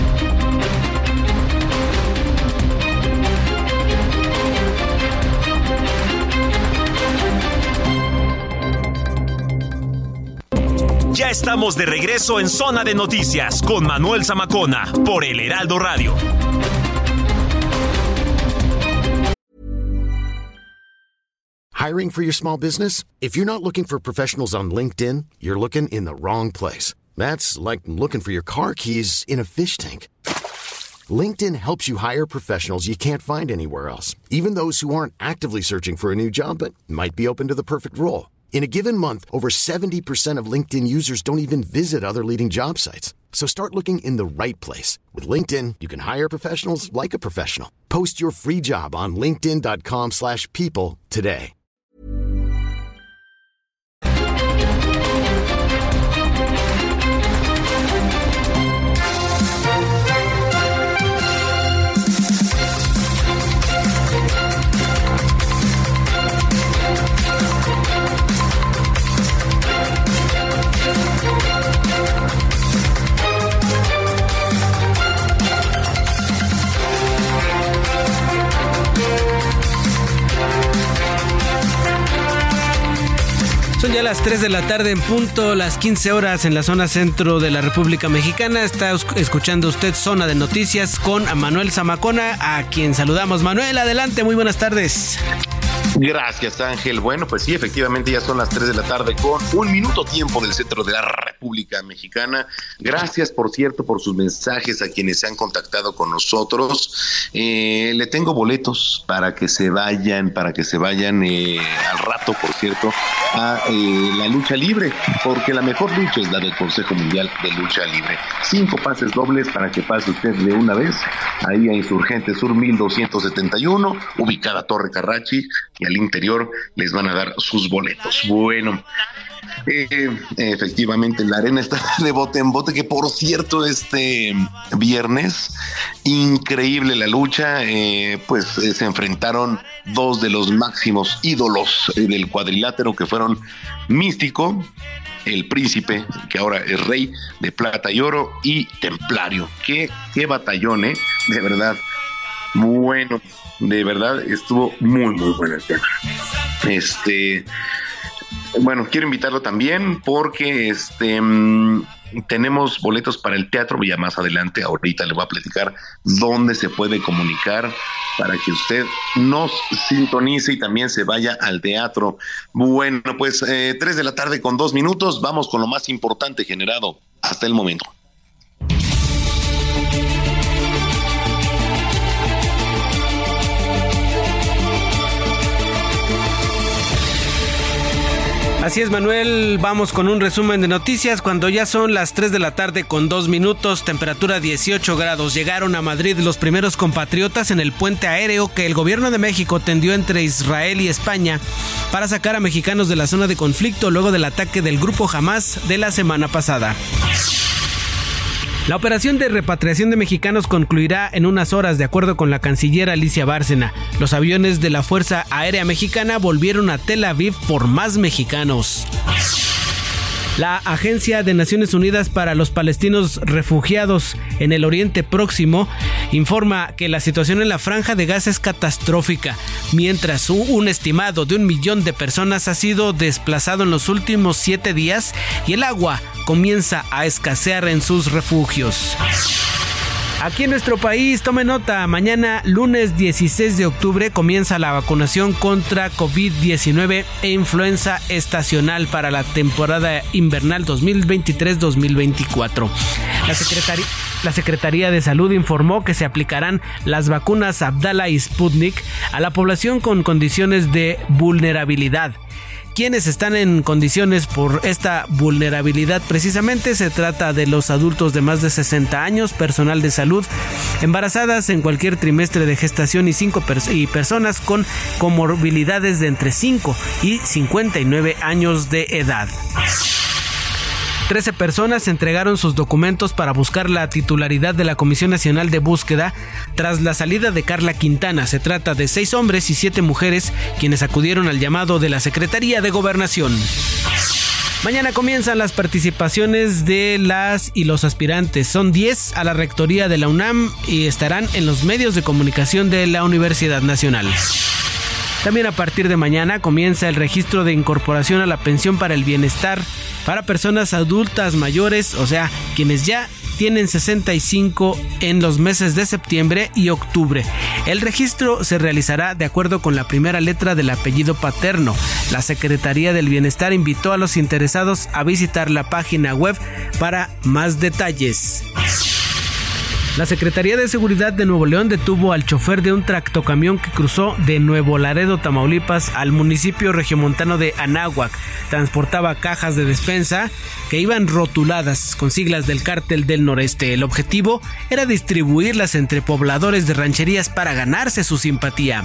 Ya estamos de regreso en Zona de Noticias con Manuel Zamacona por El Heraldo Radio.
Hiring for your small business? If you're not looking for professionals on LinkedIn, you're looking in the wrong place. That's like looking for your car keys in a fish tank. LinkedIn helps you hire professionals you can't find anywhere else, even those who aren't actively searching for a new job but might be open to the perfect role. In a given month, over 70% of LinkedIn users don't even visit other leading job sites. So start looking in the right place. With LinkedIn, you can hire professionals like a professional. Post your free job on linkedin.com/people today.
Son ya las 3 de la tarde en punto, las 15 horas en la zona centro de la República Mexicana. Está escuchando usted Zona de Noticias con Manuel Zamacona, a quien saludamos. Manuel, adelante, muy buenas tardes.
Gracias, Ángel. Bueno, pues sí, efectivamente ya son las 3 de la tarde con 1 minuto tiempo del centro de la República Mexicana. Gracias, por cierto, por sus mensajes a quienes se han contactado con nosotros. Le tengo boletos para que se vayan al rato, por cierto, a la lucha libre, porque la mejor lucha es la del Consejo Mundial de Lucha Libre. 5 pases dobles para que pase usted de una vez ahí a Insurgente Sur 1271, ubicada Torre Carrachi, y al interior les van a dar sus boletos. Bueno, efectivamente la arena está de bote en bote, que por cierto este viernes, increíble la lucha, pues se enfrentaron 2 de los máximos ídolos del cuadrilátero, que fueron Místico, el Príncipe, que ahora es Rey de Plata y Oro, y Templario. Qué batallón, de verdad. Bueno, de verdad estuvo muy buena el tema. Bueno, quiero invitarlo también porque tenemos boletos para el teatro. Ya más adelante, ahorita le voy a platicar dónde se puede comunicar para que usted nos sintonice y también se vaya al teatro. Bueno, pues 3 de la tarde con 2 minutos. Vamos con lo más importante generado hasta el momento.
Así es, Manuel, vamos con un resumen de noticias cuando ya son las 3 de la tarde con 2 minutos, temperatura 18 grados. Llegaron a Madrid los primeros compatriotas en el puente aéreo que el gobierno de México tendió entre Israel y España para sacar a mexicanos de la zona de conflicto luego del ataque del grupo Hamás de la semana pasada. La operación de repatriación de mexicanos concluirá en unas horas, de acuerdo con la canciller Alicia Bárcena. Los aviones de la Fuerza Aérea Mexicana volvieron a Tel Aviv por más mexicanos. La Agencia de Naciones Unidas para los Palestinos Refugiados en el Oriente Próximo informa que la situación en la Franja de Gaza es catastrófica, mientras un estimado de 1 millón de personas ha sido desplazado en los últimos 7 días y el agua comienza a escasear en sus refugios. Aquí en nuestro país, tome nota, mañana lunes 16 de octubre comienza la vacunación contra COVID-19 e influenza estacional para la temporada invernal 2023-2024. La Secretaría de Salud informó que se aplicarán las vacunas Abdala y Sputnik a la población con condiciones de vulnerabilidad. Quienes están en condiciones por esta vulnerabilidad precisamente se trata de los adultos de más de 60 años, personal de salud, embarazadas en cualquier trimestre de gestación y personas con comorbilidades de entre 5 y 59 años de edad. 13 personas entregaron sus documentos para buscar la titularidad de la Comisión Nacional de Búsqueda tras la salida de Carla Quintana. Se trata de 6 hombres y 7 mujeres quienes acudieron al llamado de la Secretaría de Gobernación. Mañana comienzan las participaciones de las y los aspirantes. Son 10 a la rectoría de la UNAM y estarán en los medios de comunicación de la Universidad Nacional. También a partir de mañana comienza el registro de incorporación a la pensión para el bienestar para personas adultas mayores, o sea, quienes ya tienen 65 en los meses de septiembre y octubre. El registro se realizará de acuerdo con la primera letra del apellido paterno. La Secretaría del Bienestar invitó a los interesados a visitar la página web para más detalles. La Secretaría de Seguridad de Nuevo León detuvo al chofer de un tractocamión que cruzó de Nuevo Laredo, Tamaulipas, al municipio regiomontano de Anáhuac. Transportaba cajas de despensa que iban rotuladas con siglas del Cártel del Noreste. El objetivo era distribuirlas entre pobladores de rancherías para ganarse su simpatía.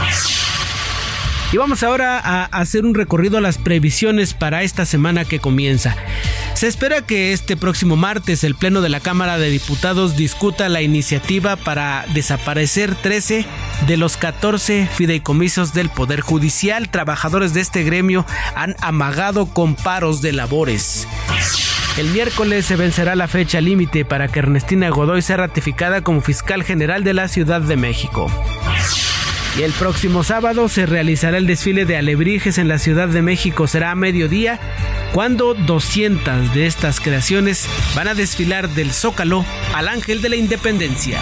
Y vamos ahora a hacer un recorrido a las previsiones para esta semana que comienza. Se espera que este próximo martes el Pleno de la Cámara de Diputados discuta la iniciativa para desaparecer 13 de los 14 fideicomisos del Poder Judicial. Trabajadores de este gremio han amagado con paros de labores. El miércoles se vencerá la fecha límite para que Ernestina Godoy sea ratificada como fiscal general de la Ciudad de México. Y el próximo sábado se realizará el desfile de alebrijes en la Ciudad de México. Será a mediodía, cuando 200 de estas creaciones van a desfilar del Zócalo al Ángel de la Independencia.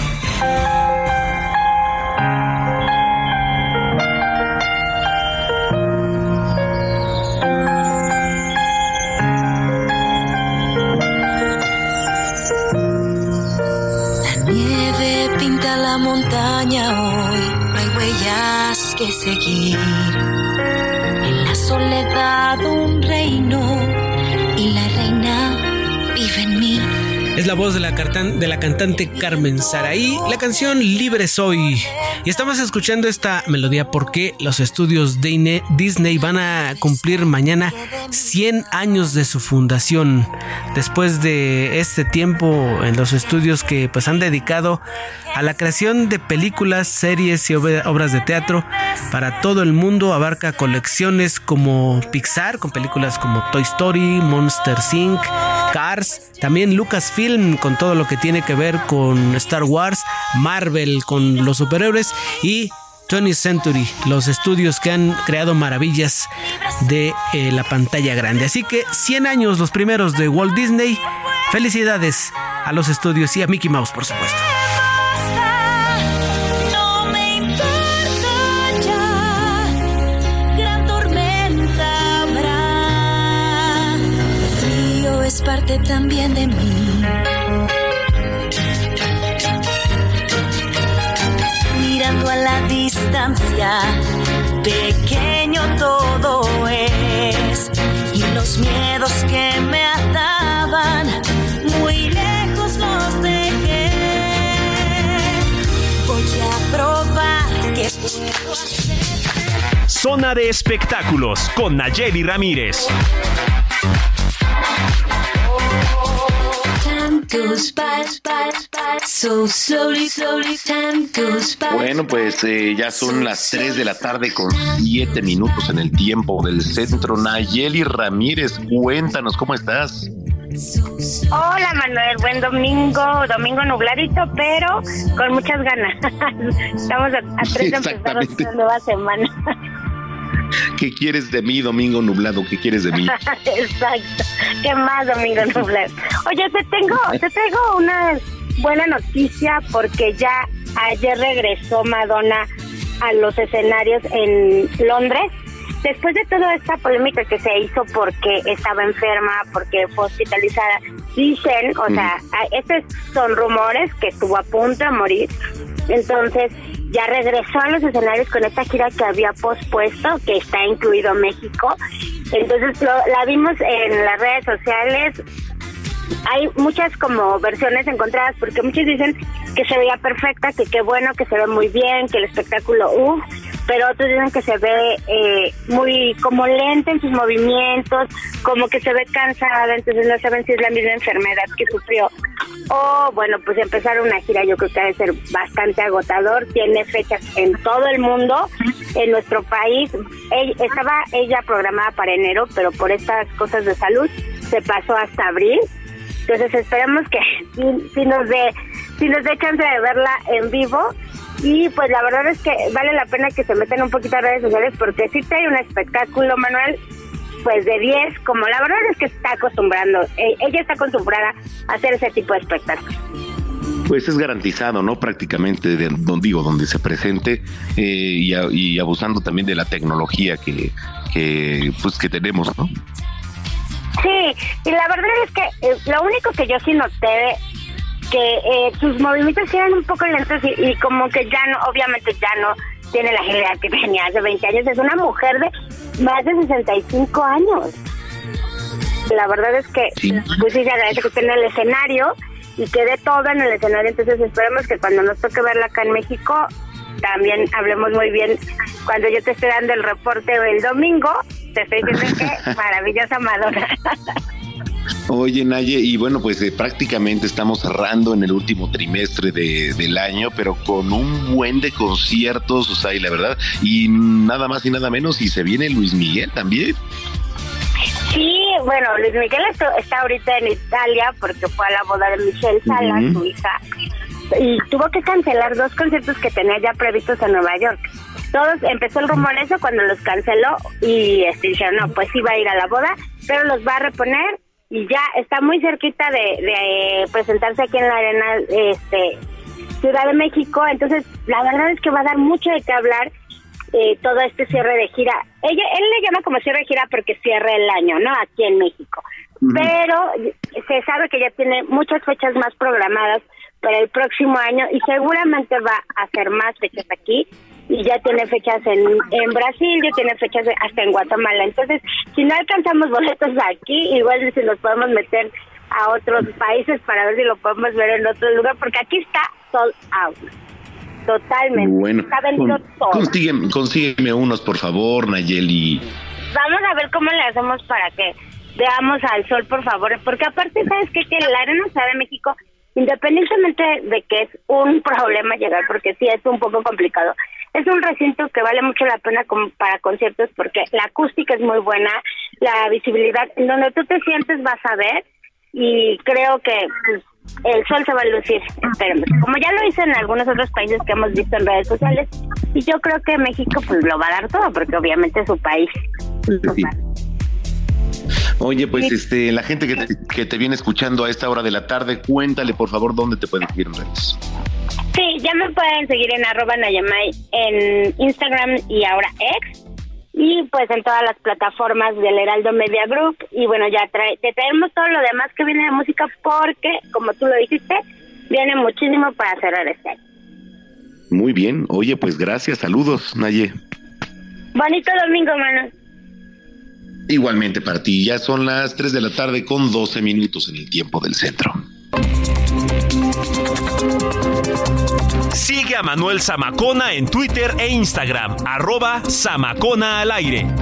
La nieve pinta la montaña hoy. Huellas que seguir, en la soledad un reino y la reina vive en mí.
Es la voz de la cantante Carmen Saraí, la canción Libre Soy. Y estamos escuchando esta melodía porque los estudios de Disney van a cumplir mañana 100 años de su fundación. Después de este tiempo en los estudios que pues han dedicado a la creación de películas, series y obras de teatro para todo el mundo, abarca colecciones como Pixar, con películas como Toy Story, Monsters Inc., Cars, también Lucasfilm con todo lo que tiene que ver con Star Wars, Marvel con los superhéroes y 20th Century, los estudios que han creado maravillas de la pantalla grande. Así que 100 años los primeros de Walt Disney. Felicidades a los estudios y a Mickey Mouse, por supuesto.
No me importa ya, gran tormenta habrá. El frío es parte también de mí. Mirando a la distancia, pequeño todo es, y los miedos que me ataban, muy lejos los dejé. Voy a probar que puedo hacer.
Zona de espectáculos con Nayeli Ramírez.
goes by, so slowly, time goes by.
Bueno, pues ya son las 3 de la tarde con 7 minutos en el tiempo del centro. Nayeli Ramírez, cuéntanos, ¿cómo estás?
Hola Manuel, buen domingo nubladito, pero con muchas ganas. Estamos a 3 de empezar una nueva semana.
¿Qué quieres de mí, domingo nublado? ¿Qué quieres de mí?
Exacto. ¿Qué más, domingo nublado? Oye, te traigo una buena noticia porque ya ayer regresó Madonna a los escenarios en Londres. Después de toda esta polémica que se hizo porque estaba enferma, porque fue hospitalizada, dicen, o sea, estos son rumores que estuvo a punto de morir. Entonces, ya regresó a los escenarios con esta gira que había pospuesto, que está incluido México. Entonces, la vimos en las redes sociales. Hay muchas como versiones encontradas, porque muchos dicen que se veía perfecta, que qué bueno, que se ve muy bien, que el espectáculo, pero otros dicen que se ve muy como lenta en sus movimientos, como que se ve cansada, entonces no saben si es la misma enfermedad que sufrió. O bueno, pues empezar una gira yo creo que debe ser bastante agotador. Tiene fechas en todo el mundo, en nuestro país. Estaba ella programada para enero, pero por estas cosas de salud se pasó hasta abril. Entonces esperemos que si nos dé chance de verla en vivo. Y pues la verdad es que vale la pena que se metan un poquito a redes sociales, porque sí trae un espectáculo, Manuel, pues de 10, como la verdad es que está acostumbrando, ella está acostumbrada a hacer ese tipo de espectáculos.
Pues es garantizado, ¿no? Prácticamente, donde se presente, y abusando también de la tecnología que tenemos, ¿no?
Sí, y la verdad es que lo único que yo sí noté, que sus movimientos eran un poco lentos y como que ya no, obviamente ya no tiene la agilidad que tenía hace 20 años. Es una mujer de más de 65 años. La verdad es que pues sí se agradece que esté en el escenario y que dé todo en el escenario. Entonces esperemos que cuando nos toque verla acá en México también hablemos muy bien. Cuando yo te esté dando el reporte el domingo, te estoy diciendo que maravillosa Madonna.
Oye, Naye, y bueno, pues prácticamente estamos cerrando en el último trimestre del año, pero con un buen de conciertos, o sea, y la verdad, y nada más y nada menos, y se viene Luis Miguel también.
Sí, bueno, Luis Miguel está ahorita en Italia porque fue a la boda de Michelle Salas, su hija, y tuvo que cancelar 2 conciertos que tenía ya previstos en Nueva York. Empezó el rumor eso cuando los canceló y dijeron, no, pues sí va a ir a la boda, pero los va a reponer. Y ya está muy cerquita de presentarse aquí en la Arena Ciudad de México. Entonces, la verdad es que va a dar mucho de qué hablar todo este cierre de gira. Él le llama como cierre de gira porque cierra el año, ¿no? Aquí en México. Pero se sabe que ya tiene muchas fechas más programadas para el próximo año y seguramente va a hacer más fechas aquí. Y ya tiene fechas en Brasil, ya tiene fechas hasta en Guatemala. Entonces, si no alcanzamos boletos aquí, igual si nos podemos meter a otros países para ver si lo podemos ver en otro lugar, porque aquí está sold out. Totalmente.
Bueno,
está vendido todo.
Consígueme unos, por favor, Nayeli.
Vamos a ver cómo le hacemos para que veamos al sol, por favor. Porque aparte, ¿sabes qué? Que la Arena Ciudad de México, independientemente de que es un problema llegar, porque sí es un poco complicado, es un recinto que vale mucho la pena para conciertos porque la acústica es muy buena, la visibilidad, en donde tú te sientes vas a ver, y creo que pues, el sol se va a lucir, esperemos. Como ya lo hizo en algunos otros países que hemos visto en redes sociales, y yo creo que México pues lo va a dar todo, porque obviamente es su país.
Sí. Oye, pues la gente que te viene escuchando a esta hora de la tarde, cuéntale por favor dónde te pueden seguir en redes.
Sí, ya me pueden seguir en @Nayamay en Instagram y ahora X, y pues en todas las plataformas del Heraldo Media Group. Y bueno, ya te traemos todo lo demás que viene de música, porque como tú lo dijiste, viene muchísimo para cerrar este año.
Muy bien, oye, pues gracias, saludos, Naye.
Bonito domingo, mano.
Igualmente para ti, ya son las 3 de la tarde con 12 minutos en el tiempo del centro.
Sigue a Manuel Zamacona en Twitter e Instagram, @ZamaconaAlAire.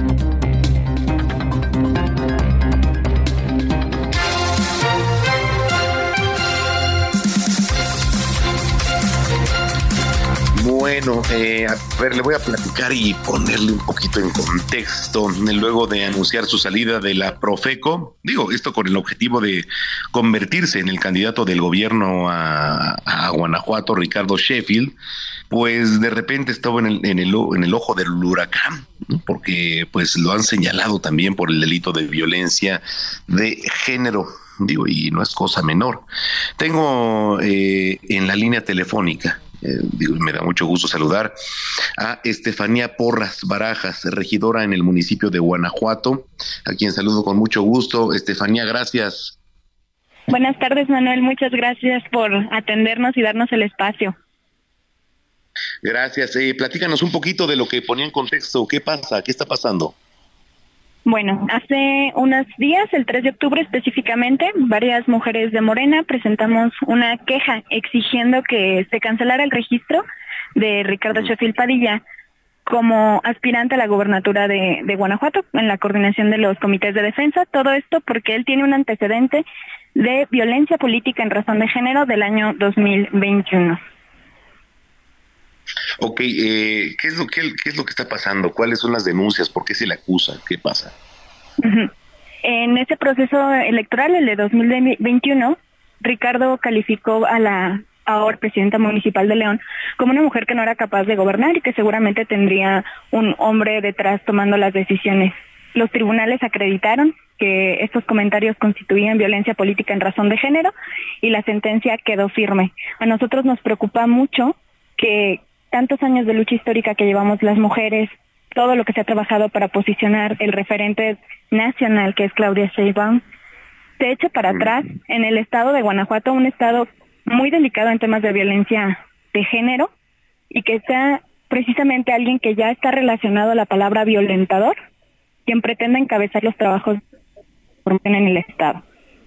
Bueno, a ver, le voy a platicar y ponerle un poquito en contexto. Luego de anunciar su salida de la Profeco, esto con el objetivo de convertirse en el candidato del gobierno a Guanajuato, Ricardo Sheffield, pues de repente estaba en el ojo del huracán, ¿no? Porque pues lo han señalado también por el delito de violencia de género. Y no es cosa menor. Tengo en la línea telefónica, me da mucho gusto saludar a Estefanía Porras Barajas, regidora en el municipio de Guanajuato, a quien saludo con mucho gusto. Estefanía, gracias.
Buenas tardes, Manuel, muchas gracias por atendernos y darnos el espacio.
Gracias. Platícanos un poquito de lo que ponía en contexto. ¿Qué pasa? ¿Qué está pasando?
Bueno, hace unos días, el 3 de octubre específicamente, varias mujeres de Morena presentamos una queja exigiendo que se cancelara el registro de Ricardo Sheffield Padilla como aspirante a la gobernatura de Guanajuato en la coordinación de los comités de defensa. Todo esto porque él tiene un antecedente de violencia política en razón de género del año 2021.
Ok, ¿qué es lo que está pasando? ¿Cuáles son las denuncias? ¿Por qué se le acusa? ¿Qué pasa?
Uh-huh. En ese proceso electoral, el de 2021, Ricardo calificó a la ahora presidenta municipal de León como una mujer que no era capaz de gobernar y que seguramente tendría un hombre detrás tomando las decisiones. Los tribunales acreditaron que estos comentarios constituían violencia política en razón de género y la sentencia quedó firme. A nosotros nos preocupa mucho que tantos años de lucha histórica que llevamos las mujeres, todo lo que se ha trabajado para posicionar el referente nacional que es Claudia Sheinbaum, se eche para atrás en el estado de Guanajuato, un estado muy delicado en temas de violencia de género, y que sea precisamente alguien que ya está relacionado a la palabra violentador, quien pretenda encabezar los trabajos en el estado.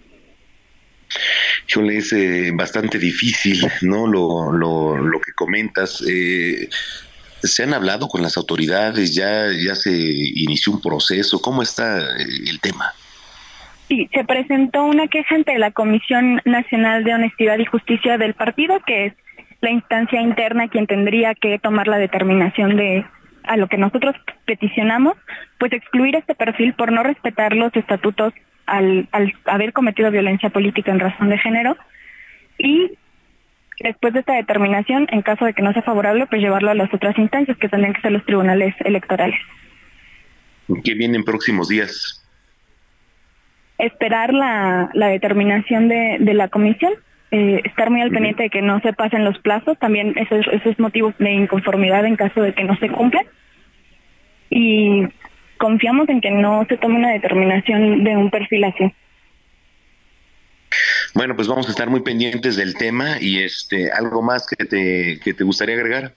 Chole, es bastante difícil, ¿no? Lo que comentas. ¿Se han hablado con las autoridades? ¿Ya se inició un proceso? ¿Cómo está el tema?
Sí, se presentó una queja ante la Comisión Nacional de Honestidad y Justicia del partido, que es la instancia interna quien tendría que tomar la determinación de a lo que nosotros peticionamos, pues excluir este perfil por no respetar los estatutos al haber cometido violencia política en razón de género, y después de esta determinación, en caso de que no sea favorable, pues llevarlo a las otras instancias que tendrían que ser los tribunales electorales.
¿Qué viene en próximos días?
Esperar la determinación de la comisión, estar muy al pendiente de que no se pasen los plazos, también esos motivos de inconformidad en caso de que no se cumplan, y confiamos en que no se tome una determinación de un perfil así.
Bueno, pues vamos a estar muy pendientes del tema. Y ¿algo más que te gustaría agregar?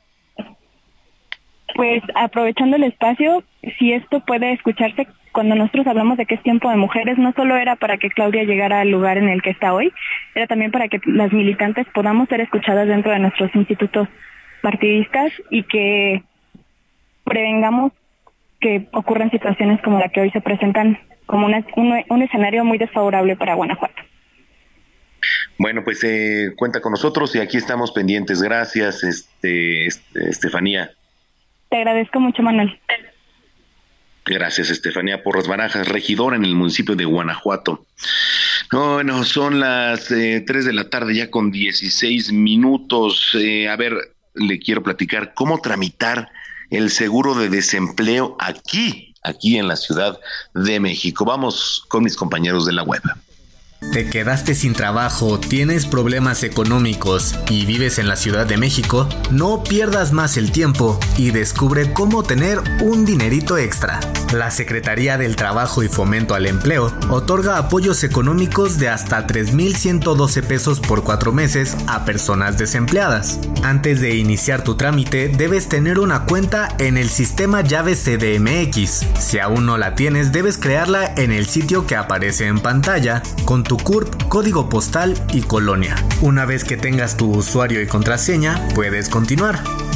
Pues aprovechando el espacio, si esto puede escucharse, cuando nosotros hablamos de que es tiempo de mujeres, no solo era para que Claudia llegara al lugar en el que está hoy, era también para que las militantes podamos ser escuchadas dentro de nuestros institutos partidistas y que prevengamos que ocurran situaciones como la que hoy se presentan como un escenario muy desfavorable para Guanajuato.
Bueno, pues cuenta con nosotros y aquí estamos pendientes. Gracias, Estefanía.
Te agradezco mucho, Manuel.
Gracias, Estefanía Porras Barajas, regidora en el municipio de Guanajuato. Bueno, son las 3 de la tarde ya con 16 minutos. A ver, le quiero platicar cómo tramitar el seguro de desempleo aquí en la Ciudad de México. Vamos con mis compañeros de la web.
¿Te quedaste sin trabajo, tienes problemas económicos y vives en la Ciudad de México? No pierdas más el tiempo y descubre cómo tener un dinerito extra. La Secretaría del Trabajo y Fomento al Empleo otorga apoyos económicos de hasta 3,112 pesos por 4 meses a personas desempleadas. Antes de iniciar tu trámite, debes tener una cuenta en el sistema llave CDMX. Si aún no la tienes, debes crearla en el sitio que aparece en pantalla con tu CURP, código postal y colonia. Una vez que tengas tu usuario y contraseña, puedes continuar.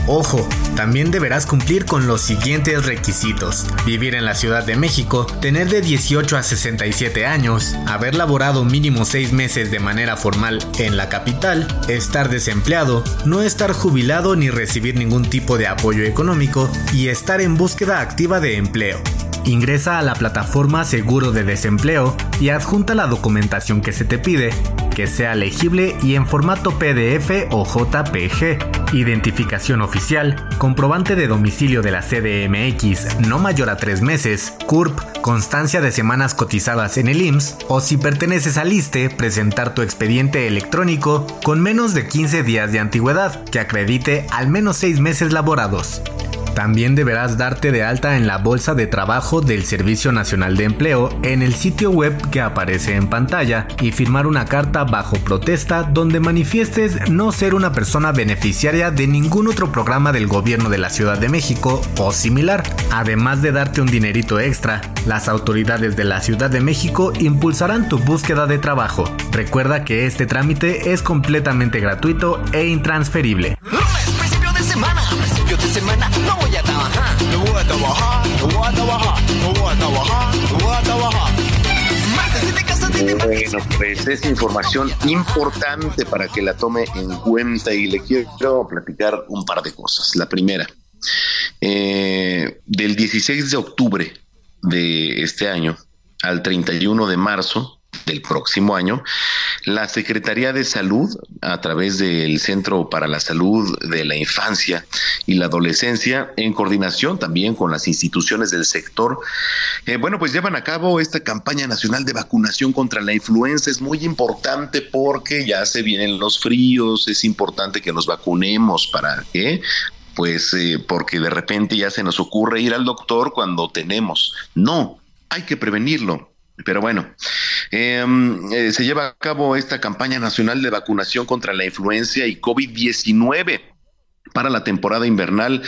Ojo, también deberás cumplir con los siguientes requisitos: vivir en la Ciudad de México, tener de 18 a 67 años, haber laborado mínimo 6 meses de manera formal en la capital, estar desempleado, no estar jubilado ni recibir ningún tipo de apoyo económico y estar en búsqueda activa de empleo. Ingresa a la plataforma Seguro de Desempleo y adjunta la documentación que se te pide, que sea legible y en formato PDF o JPG, identificación oficial, comprobante de domicilio de la CDMX no mayor a 3 meses, CURP, constancia de semanas cotizadas en el IMSS, o si perteneces al ISSSTE, presentar tu expediente electrónico con menos de 15 días de antigüedad, que acredite al menos 6 meses laborados. También deberás darte de alta en la bolsa de trabajo del Servicio Nacional de Empleo en el sitio web que aparece en pantalla y firmar una carta bajo protesta donde manifiestes no ser una persona beneficiaria de ningún otro programa del gobierno de la Ciudad de México o similar. Además de darte un dinerito extra, las autoridades de la Ciudad de México impulsarán tu búsqueda de trabajo. Recuerda que este trámite es completamente gratuito e intransferible.
Principio de semana, no voy a trabajar. No voy a trabajar, no voy a trabajar, no voy a trabajar, no voy a trabajar.
Bueno, pues es información importante para que la tome en cuenta y le quiero platicar un par de cosas. La primera, del 16 de octubre de este año al 31 de marzo del próximo año, la Secretaría de Salud, a través del Centro para la Salud de la Infancia y la Adolescencia, en coordinación también con las instituciones del sector, pues llevan a cabo esta campaña nacional de vacunación contra la influenza. Es muy importante porque ya se vienen los fríos, es importante que nos vacunemos. ¿Para qué? Pues porque de repente ya se nos ocurre ir al doctor cuando tenemos. No, hay que prevenirlo. Pero bueno, se lleva a cabo esta campaña nacional de vacunación contra la influenza y COVID-19 para la temporada invernal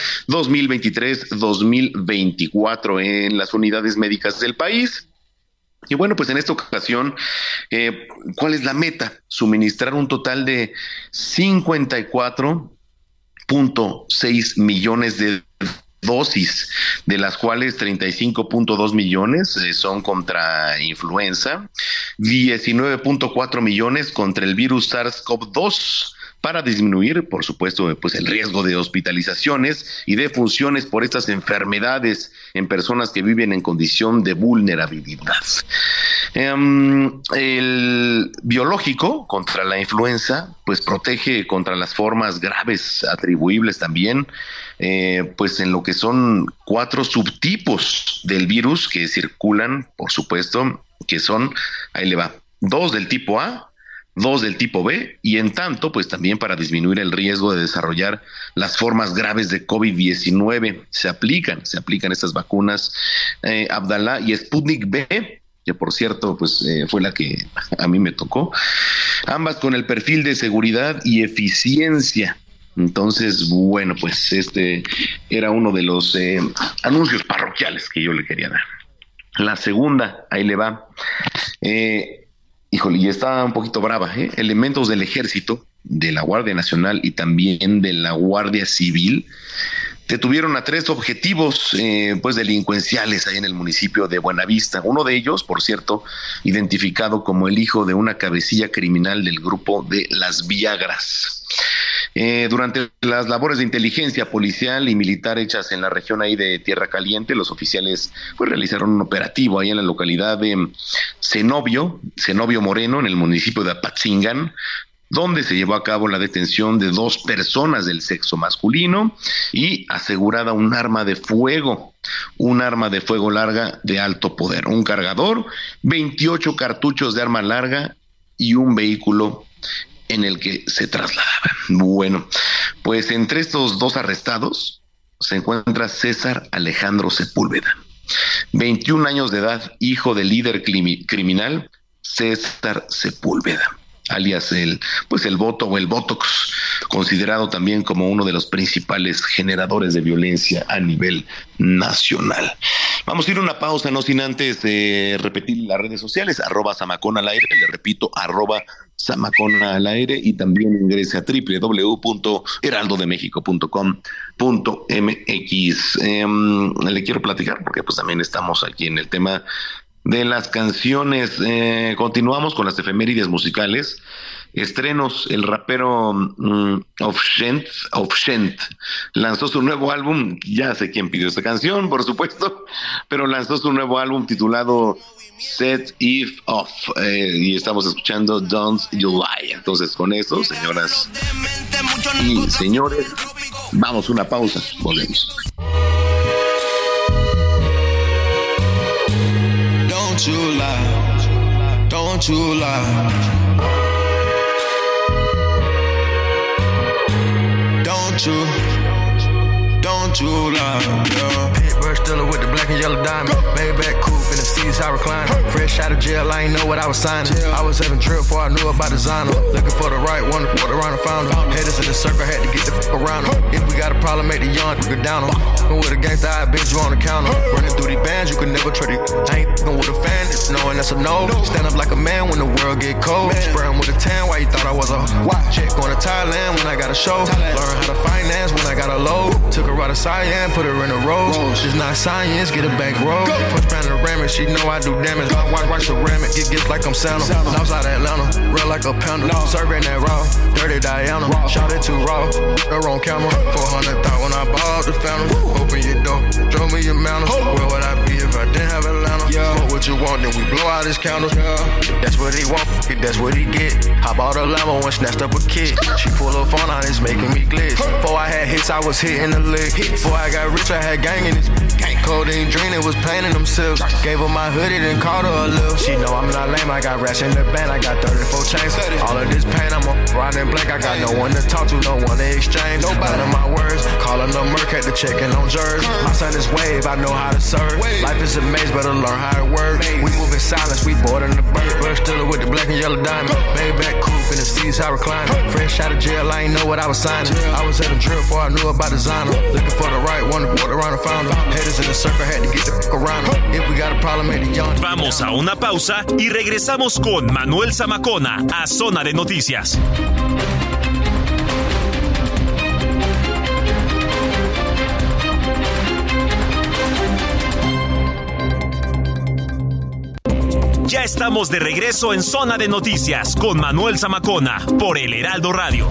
2023-2024 en las unidades médicas del país. Y bueno, pues en esta ocasión, ¿cuál es la meta? Suministrar un total de 54.6 millones de dosis, de las cuales 35.2 millones son contra influenza, 19.4 millones contra el virus SARS-CoV-2, para disminuir, por supuesto, pues el riesgo de hospitalizaciones y de funciones por estas enfermedades en personas que viven en condición de vulnerabilidad. El biológico contra la influenza, pues protege contra las formas graves atribuibles también, pues en lo que son 4 subtipos del virus que circulan, por supuesto, que son, ahí le va, 2 del tipo A, 2 del tipo B, y en tanto, pues también para disminuir el riesgo de desarrollar las formas graves de COVID-19, se aplican estas vacunas Abdala y Sputnik B, que por cierto, pues fue la que a mí me tocó, ambas con el perfil de seguridad y eficiencia. Entonces, bueno, pues este era uno de los anuncios parroquiales que yo le quería dar. La segunda, ahí le va. Híjole, y está un poquito brava, elementos del Ejército, de la Guardia Nacional y también de la Guardia Civil detuvieron a 3 objetivos pues delincuenciales ahí en el municipio de Buenavista. Uno de ellos, por cierto, identificado como el hijo de una cabecilla criminal del grupo de Las Viagras. Durante las labores de inteligencia policial y militar hechas en la región ahí de Tierra Caliente, los oficiales pues realizaron un operativo ahí en la localidad de Cenobio Moreno, en el municipio de Apatzingán, donde se llevó a cabo la detención de 2 personas del sexo masculino y asegurada un arma de fuego larga de alto poder, un cargador, 28 cartuchos de arma larga y un vehículo en el que se trasladaban. Bueno, pues entre estos 2 arrestados se encuentra César Alejandro Sepúlveda, 21 años de edad, hijo del líder criminal César Sepúlveda, alias el Boto o el Botox, considerado también como uno de los principales generadores de violencia a nivel nacional. Vamos a ir a una pausa, no sin antes repetir las redes sociales, @Zamacona al aire, le repito, @Zamacona al aire, y también ingrese a www.heraldodemexico.com.mx. Le quiero platicar porque pues también estamos aquí en el tema de las canciones. Continuamos con las efemérides musicales. Estrenos: el rapero Offshent lanzó su nuevo álbum. Ya sé quién pidió esta canción, por supuesto, pero lanzó su nuevo álbum titulado Set It Off, y estamos escuchando Don't You Lie. Entonces, con eso, señoras y señores, vamos a una pausa, volvemos.
Don't you lie, don't you lie. Don't you lie, yeah. Paintbrush dealer with the black and yellow diamond. Maybach coupe in the seats I recline. Fresh out of jail, I ain't know what I was signing. I was having drip before I knew about designer. Looking for the right one, put around and found them. Haters in the circle, had to get the fuck around them. If we got a problem, make the young go down them. And with a gangsta, I bitch you on the counter. Running through these bands, you can never trade it. I ain't fucking with a fan, it's knowing that's a no. Stand up like a man when the world get cold. Spray him with a tan, why you thought I was a check going to Thailand when I got a show. Learn how to finance when I got a load. Took her out of Cyan, put her in a rose. It's not science, get a bankroll. Push panoramic, she know I do damage. Watch ceramic, get gifts like I'm Santa. Outside Atlanta, real like a panda. Serving that raw, dirty Diana. Shot it too raw, her on camera. 400 thought when I bought the phantom. Open your door, show me your manners. Where would I be if I didn't have Atlanta? Smoke what you want, then we blow out his candles. That's what he want, that's what he get. I bought a Lambo and snatched up a kid. She pull her phone out, it's making me glitch. Before I had hits, I was hitting the lick. Before I got rich, I had gang in this. Codeine dreaming was painting themselves. Gave her my hoodie, then called her a little. She know I'm not lame, I got rats in the band. I got 34 chains. All of this pain, I'm riding black. I got no one to talk to, no one to exchange. None of my words, calling them Merc, had to checking on Jers. My son is Wave, I know how to serve. Life is a maze, better learn how it works. We move in silence, we board in the bird. Still with the black and yellow diamond. Maybach coupe in the seats I recline. Fresh out of jail, I ain't know what I was signing. I was having drip before I knew about designer. Looking for the right one, put around and found them. Haters in the circle, had to get the fuck around them. If we got a problem, make the young.
Vamos a una pausa y regresamos con Manuel Zamacona a Zona de Noticias. Ya estamos de regreso en Zona de Noticias con Manuel Zamacona por El Heraldo Radio.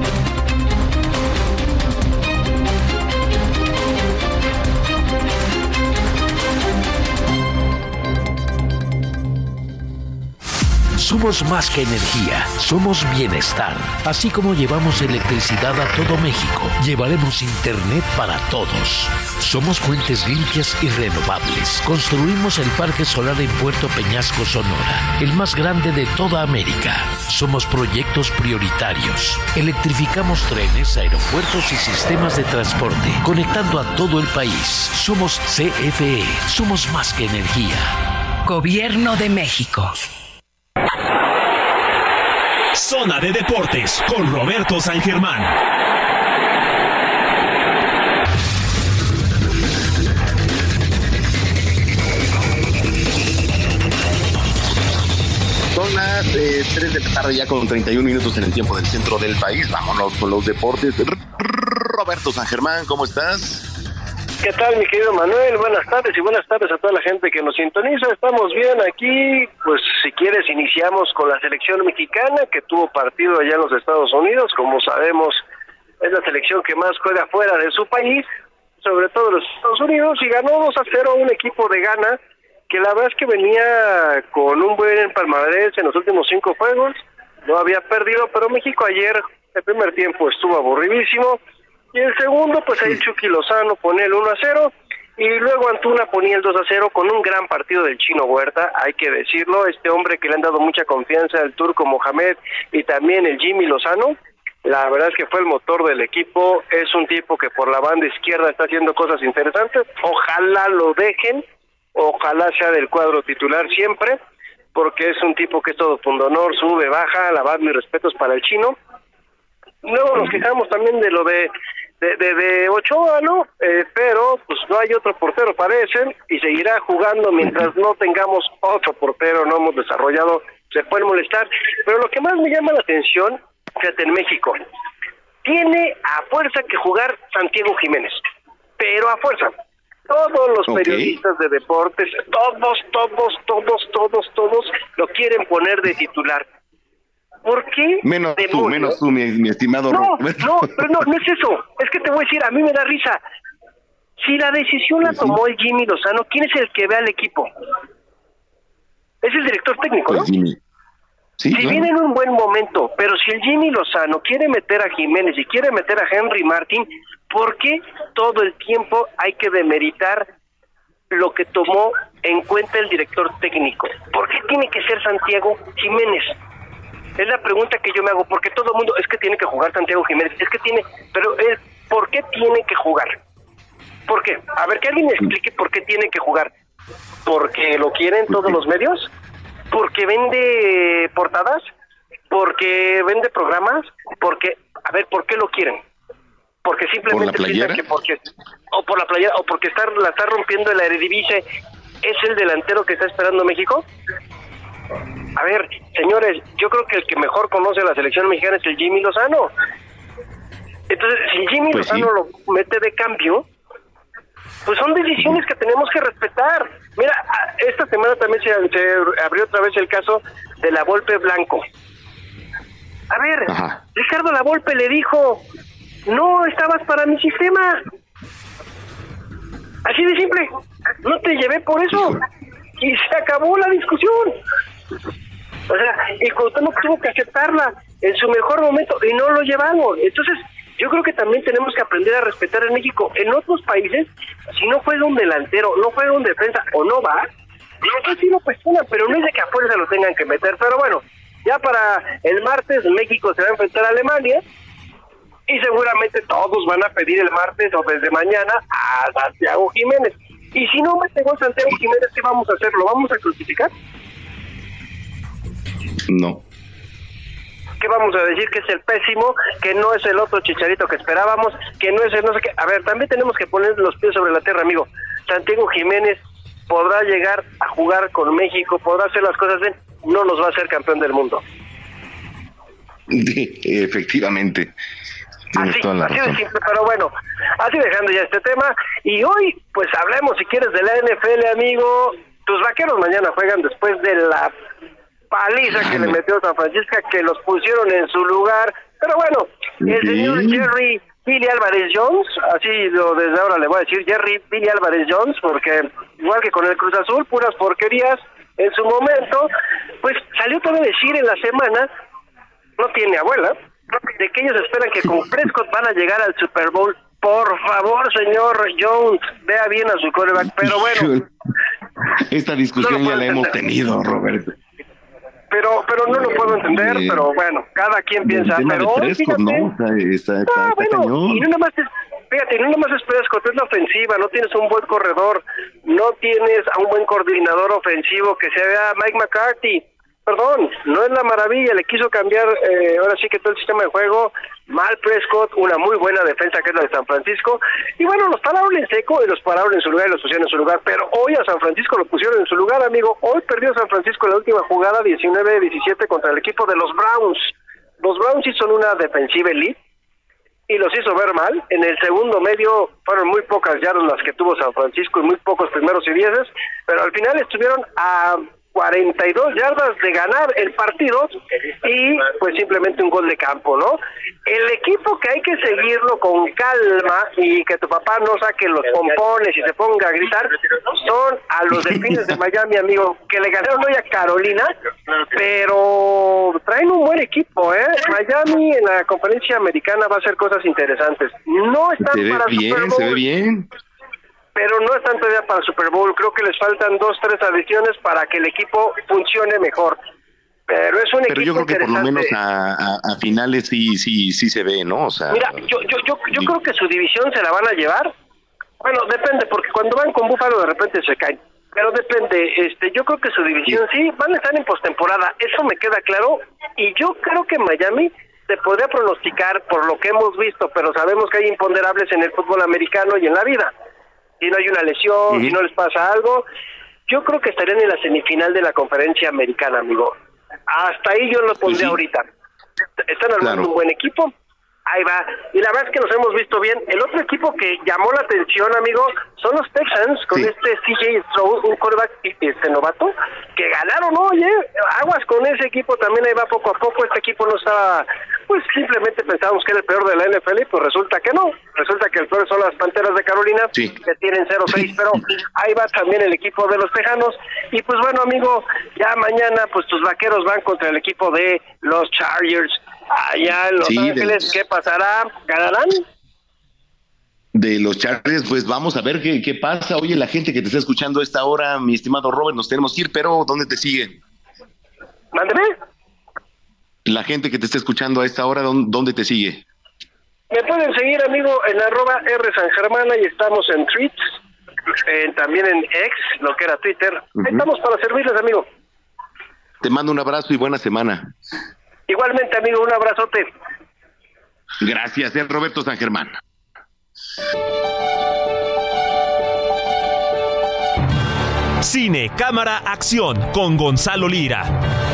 Somos más que energía, somos bienestar. Así como llevamos electricidad a todo México, llevaremos internet para todos. Somos fuentes limpias y renovables. Construimos el Parque Solar en Puerto Peñasco, Sonora, el más grande de toda América. Somos proyectos prioritarios. Electrificamos trenes, aeropuertos y sistemas de transporte, conectando a todo el país. Somos CFE, somos más que energía.
Gobierno de México.
Zona de Deportes con Roberto San Germán.
Son las 3 de la tarde ya con 31 minutos en el tiempo del centro del país. Vámonos con los deportes. Roberto San Germán, ¿cómo estás?
¿Qué tal, mi querido Manuel? Buenas tardes y buenas tardes a toda la gente que nos sintoniza. Estamos bien aquí. Pues si quieres iniciamos con la selección mexicana que tuvo partido allá en los Estados Unidos. Como sabemos, es la selección que más juega fuera de su país, sobre todo los Estados Unidos, y ganó 2-0 a un equipo de Ghana que la verdad es que venía con un buen palmarés en los últimos 5 juegos. No había perdido, pero México ayer, el primer tiempo estuvo aburridísimo. Y el segundo, pues ahí Chucky Lozano ponía el 1-0 y luego Antuna ponía el 2-0 con un gran partido del Chino Huerta, hay que decirlo, este hombre que le han dado mucha confianza al turco Mohamed y también el Jimmy Lozano, la verdad es que fue el motor del equipo, es un tipo que por la banda izquierda está haciendo cosas interesantes, ojalá lo dejen, ojalá sea del cuadro titular siempre, porque es un tipo que es todo pundonor, sube, baja, la verdad mis respetos para el Chino. Luego nos quejamos también de lo de
de Ochoa, ¿no? Pero pues no hay otro portero, parecen, y seguirá jugando mientras no tengamos otro portero, no hemos desarrollado, se puede molestar. Pero lo que más me llama la atención, fíjate, en México, tiene a fuerza que jugar Santiago Jiménez, pero a fuerza. Todos los periodistas de deportes, todos lo quieren poner de titular. ¿Por qué?
Menos tú, mi estimado Roberto.
No es eso. Es que te voy a decir, a mí me da risa. Si la decisión la tomó el Jimmy Lozano, ¿quién es el que ve al equipo? Es el director técnico, ¿no?
Jimmy. Sí,
si viene en un buen momento, pero si el Jimmy Lozano quiere meter a Jiménez y quiere meter a Henry Martin, ¿por qué todo el tiempo hay que demeritar lo que tomó en cuenta el director técnico? ¿Por qué tiene que ser Santiago Jiménez? Es la pregunta que yo me hago, porque todo el mundo, es que tiene que jugar Santiago Jiménez, pero él, ¿por qué tiene que jugar? ¿Por qué? A ver, que alguien me explique por qué tiene que jugar. ¿Porque lo quieren todos los medios? ¿Porque vende portadas? ¿Porque vende programas? ¿por qué lo quieren? Porque simplemente piensan que o por la playera, o porque la está rompiendo en la Eredivisie, ¿es el delantero que está esperando México? A ver, señores, yo creo que el que mejor conoce a la selección mexicana es el Jimmy Lozano. Entonces, si Jimmy Lozano lo mete de cambio, pues son decisiones que tenemos que respetar. Mira, esta semana también se abrió otra vez el caso de la Volpe Blanco. A ver, Ricardo Lavolpe le dijo, no estabas para mi sistema. Así de simple, no te llevé por eso. Y se acabó la discusión. O sea, el Cuauhtémoc tuvo que aceptarla en su mejor momento y no lo llevamos. Entonces, yo creo que también tenemos que aprender a respetar en México. En otros países, si no juega un delantero, no juega un defensa o no va, no sí lo cuestionan, pero no es de que a fuerza lo tengan que meter. Pero bueno, ya para el martes México se va a enfrentar a Alemania y seguramente todos van a pedir el martes o desde mañana a Santiago Jiménez. Y si no mete gol Santiago Jiménez, ¿qué vamos a hacer? ¿Lo vamos a crucificar?
No.
¿Qué vamos a decir? Que es el pésimo, que no es el otro Chicharito que esperábamos, que no es el no sé qué. A ver, también tenemos que poner los pies sobre la tierra, amigo. Santiago Jiménez podrá llegar a jugar con México, podrá hacer las cosas bien, no nos va a ser campeón del mundo.
Efectivamente. Tienes toda la razón.
Así de simple, pero bueno, así dejando ya este tema. Y hoy, pues hablemos, si quieres, de la NFL, amigo. Tus Vaqueros mañana juegan después de la paliza que le metió San Francisco, que los pusieron en su lugar. Pero bueno, el señor Jerry Billy Álvarez Jones, así desde ahora le voy a decir Jerry Billy Álvarez Jones, porque igual que con el Cruz Azul, puras porquerías en su momento, pues salió todo a decir en la semana, no tiene abuela, de que ellos esperan que con Prescott van a llegar al Super Bowl. Por favor, señor Jones, vea bien a su quarterback, pero bueno.
Esta discusión ya la hemos tenido, Roberto.
Pero no lo puedo entender, pero bueno, cada quien piensa. Pero hoy, fíjate,
¿no? Está cañón.
Y no nada más es Prescott, es la ofensiva, no tienes un buen corredor, no tienes a un buen coordinador ofensivo que sea Mike McCarthy. Perdón, no es la maravilla, le quiso cambiar ahora sí que todo el sistema de juego, mal Prescott, una muy buena defensa que es la de San Francisco, y bueno, los pararon en seco y los pararon en su lugar y los pusieron en su lugar, pero hoy a San Francisco lo pusieron en su lugar, amigo. Hoy perdió San Francisco en la última jugada 19-17 contra el equipo de los Browns. Los Browns sí son una defensiva elite y los hizo ver mal. En el segundo medio fueron muy pocas yardas las que tuvo San Francisco y muy pocos primeros y dieces, pero al final estuvieron a 42 yardas de ganar el partido y pues simplemente un gol de campo, ¿no? El equipo que hay que seguirlo con calma y que tu papá no saque los pompones y se ponga a gritar son a los Delfines de Miami, amigo, que le ganaron hoy a Carolina, pero traen un buen equipo, Miami en la conferencia americana va a hacer cosas interesantes. No están para Super Bowl.
Se ve bien.
Pero no están todavía para Super Bowl, creo que les faltan 2-3 adiciones para que el equipo funcione mejor. Pero es un equipo
yo creo que por lo menos
interesante.
a finales sí se ve, ¿no? O sea,
mira, yo creo que su división se la van a llevar. Bueno, depende, porque cuando van con Búfalo de repente se caen. Pero depende, yo creo que su división sí van a estar en postemporada, eso me queda claro. Y yo creo que Miami te podría pronosticar por lo que hemos visto, pero sabemos que hay imponderables en el fútbol americano y en la vida. Si no hay una lesión, si no les pasa algo, yo creo que estarían en la semifinal de la conferencia americana, amigo. Hasta ahí yo lo pondría ahorita. Están armando un buen equipo. Ahí va. Y la verdad es que nos hemos visto bien. El otro equipo que llamó la atención, amigo, son los Texans, con este CJ Stroud, un quarterback novato, que ganaron, oye, aguas con ese equipo, también ahí va poco a poco. Este equipo no estaba, pues simplemente pensábamos que era el peor de la NFL, y pues resulta que no. Resulta que el peor son las Panteras de Carolina, que tienen 0-6, pero ahí va también el equipo de los Tejanos. Y pues bueno, amigo, ya mañana pues tus Vaqueros van contra el equipo de los Chargers. Allá en Los Ángeles, ¿qué pasará? ¿Ganarán?
De los Chargers, pues vamos a ver qué pasa. Oye, la gente que te está escuchando a esta hora, mi estimado Robert, nos tenemos que ir, pero ¿dónde te siguen?
Mándeme.
La gente que te está escuchando a esta hora, ¿dónde te sigue?
Me pueden seguir, amigo, en @rsangermana, y estamos en tweets, también en X, lo que era Twitter. Ahí estamos para servirles, amigo.
Te mando un abrazo y buena semana.
Igualmente, amigo, un abrazote.
Gracias, Roberto San Germán.
Cine, cámara, acción con Gonzalo Lira.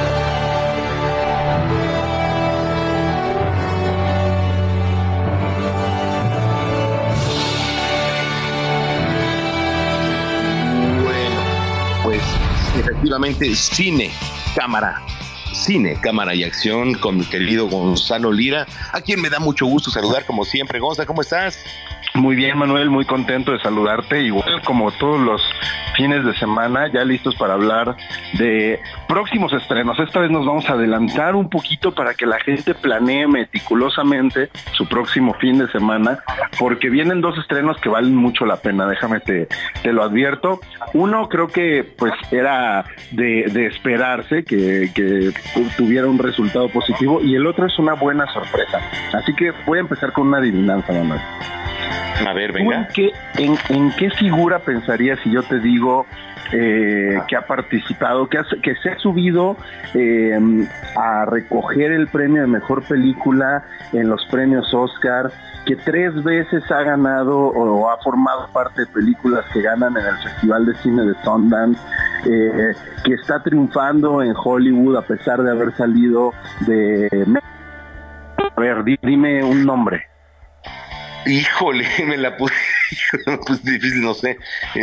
Bueno, pues efectivamente, cine, cámara y acción con mi querido Gonzalo Lira, a quien me da mucho gusto saludar como siempre. Gonza, ¿cómo estás?
Muy bien, Manuel, muy contento de saludarte, igual como todos los fines de semana, ya listos para hablar de próximos estrenos. Esta vez nos vamos a adelantar un poquito para que la gente planee meticulosamente su próximo fin de semana, porque vienen 2 estrenos que valen mucho la pena, déjame te lo advierto. Uno creo que pues era de esperarse que tuviera un resultado positivo, y el otro es una buena sorpresa. Así que voy a empezar con una adivinanza, Manuel.
A ver, venga.
¿En qué figura pensarías si yo te digo que ha participado, que se ha subido a recoger el premio de mejor película en los premios Oscar, que 3 veces ha ganado o ha formado parte de películas que ganan en el Festival de Cine de Sundance, que está triunfando en Hollywood a pesar de haber salido de... A ver, dime un nombre.
Híjole, me la puse difícil, no sé.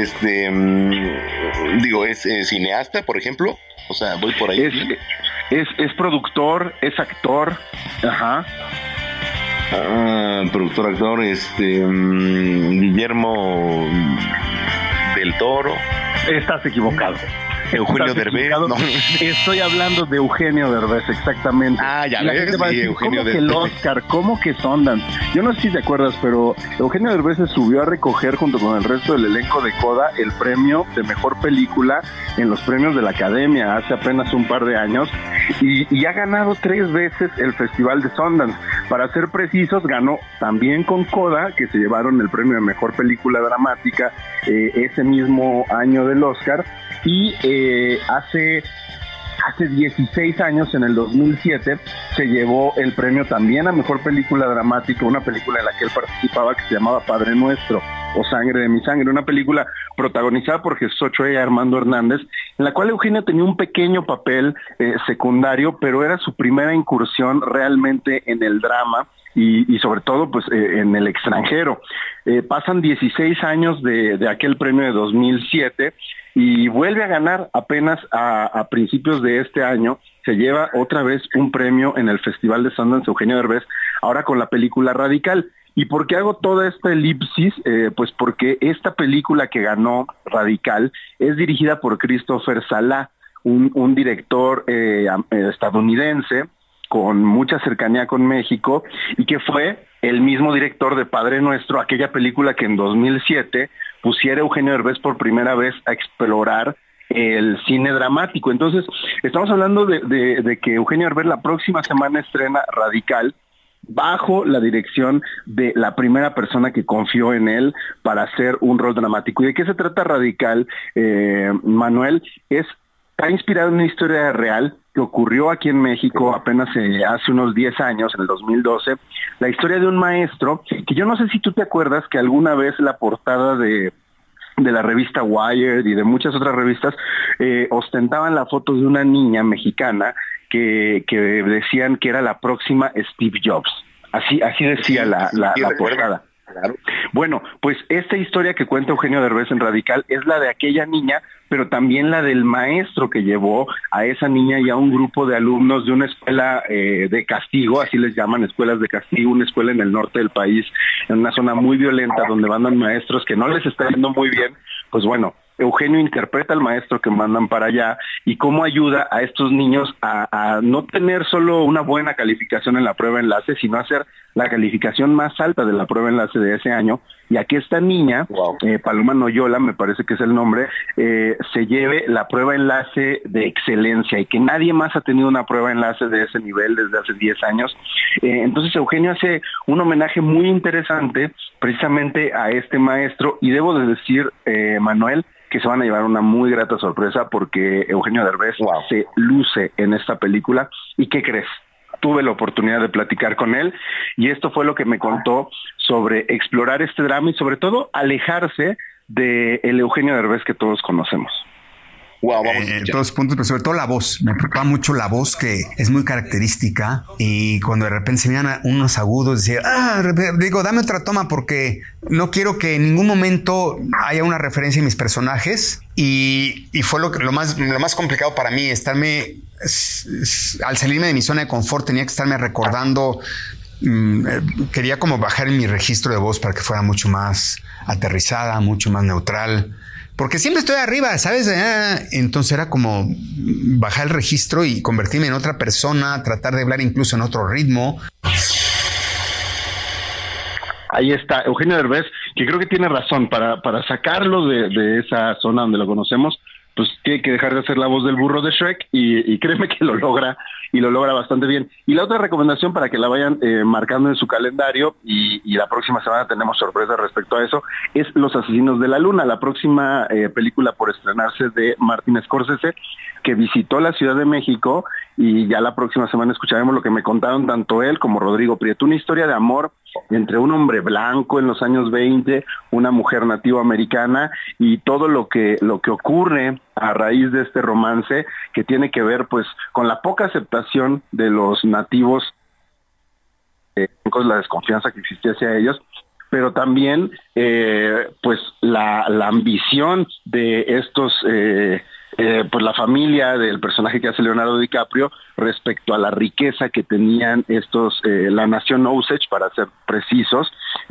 Digo, ¿es cineasta, por ejemplo? O sea, voy por ahí.
Es productor, es actor. Ajá.
Productor, actor, Guillermo del Toro.
Estás equivocado.
Eugenio Derbez. No.
Estoy hablando de Eugenio Derbez, exactamente.
Ya ves, sí, Eugenio Derbez.
¿Cómo que el Oscar? ¿Cómo que Sundance? Yo no sé si te acuerdas, pero Eugenio Derbez se subió a recoger junto con el resto del elenco de Coda el premio de mejor película en los premios de la Academia hace apenas un par de años, y ha ganado 3 veces el Festival de Sundance. Para ser precisos, ganó también con Coda, que se llevaron el premio de mejor película dramática ese mismo año del Oscar, y hace 16 años, en el 2007, se llevó el premio también a mejor película dramática, una película en la que él participaba que se llamaba Padre Nuestro o Sangre de mi Sangre, una película protagonizada por Jesús Ochoa y Armando Hernández, en la cual Eugenio tenía un pequeño papel secundario, pero era su primera incursión realmente en el drama, y sobre todo pues en el extranjero. Pasan 16 años de aquel premio de 2007 y vuelve a ganar apenas a principios de este año. Se lleva otra vez un premio en el Festival de Sundance, Eugenio Derbez, ahora con la película Radical. ¿Y por qué hago toda esta elipsis? Pues porque esta película que ganó, Radical, es dirigida por Christopher Salah, un director estadounidense con mucha cercanía con México, y que fue el mismo director de Padre Nuestro, aquella película que en 2007 pusiera Eugenio Derbez por primera vez a explorar el cine dramático. Entonces, estamos hablando de que Eugenio Derbez la próxima semana estrena Radical, bajo la dirección de la primera persona que confió en él para hacer un rol dramático. ¿Y de qué se trata Radical, Manuel? Está inspirado en una historia real
que ocurrió aquí en México apenas hace unos 10 años, en el 2012, la historia de un maestro, que yo no sé si tú te acuerdas que alguna vez la portada de la revista Wired y de muchas otras revistas ostentaban la foto de una niña mexicana que decían que era la próxima Steve Jobs. Así decía la portada. Claro. Bueno, pues esta historia que cuenta Eugenio Derbez en Radical es la de aquella niña, pero también la del maestro que llevó a esa niña y a un grupo de alumnos de una escuela de castigo, así les llaman, escuelas de castigo, una escuela en el norte del país, en una zona muy violenta donde mandan maestros que no les está yendo muy bien. Pues bueno, Eugenio interpreta al maestro que mandan para allá y cómo ayuda a estos niños a no tener solo una buena calificación en la prueba enlace, sino hacer la calificación más alta de la prueba enlace de ese año, y a que esta niña, Paloma Noyola, me parece que es el nombre, se lleve la prueba enlace de excelencia, y que nadie más ha tenido una prueba enlace de ese nivel desde hace 10 años. Entonces Eugenio hace un homenaje muy interesante precisamente a este maestro, y debo de decir, Manuel, que se van a llevar una muy grata sorpresa porque Eugenio Derbez se luce en esta película. ¿Y qué crees? Tuve la oportunidad de platicar con él y esto fue lo que me contó sobre explorar este drama y sobre todo alejarse del Eugenio Derbez que todos conocemos.
Wow, todos los puntos, pero sobre todo la voz. Me preocupa mucho la voz, que es muy característica, y cuando de repente se miran unos agudos, decir, digo, dame otra toma porque no quiero que en ningún momento haya una referencia a mis personajes, y fue lo más complicado para mí, al salirme de mi zona de confort, tenía que estarme recordando. Quería como bajar en mi registro de voz para que fuera mucho más aterrizada, mucho más neutral, porque siempre estoy arriba, ¿sabes? Entonces era como bajar el registro y convertirme en otra persona, tratar de hablar incluso en otro ritmo.
Ahí está, Eugenio Derbez, que creo que tiene razón, para sacarlo de esa zona donde lo conocemos, pues tiene que dejar de hacer la voz del burro de Shrek, y créeme que lo logra, y lo logra bastante bien. Y la otra recomendación para que la vayan marcando en su calendario, y la próxima semana tenemos sorpresas respecto a eso, es Los Asesinos de la Luna, la próxima película por estrenarse de Martin Scorsese, que visitó la Ciudad de México, y ya la próxima semana escucharemos lo que me contaron tanto él como Rodrigo Prieto, una historia de amor entre un hombre blanco en los años 20, una mujer nativa americana, y todo lo que ocurre a raíz de este romance, que tiene que ver pues con la poca aceptación de los nativos, con la desconfianza que existía hacia ellos, pero también pues la ambición de estos pues la familia del personaje que hace Leonardo DiCaprio respecto a la riqueza que tenían estos, la nación Osage, para ser precisos,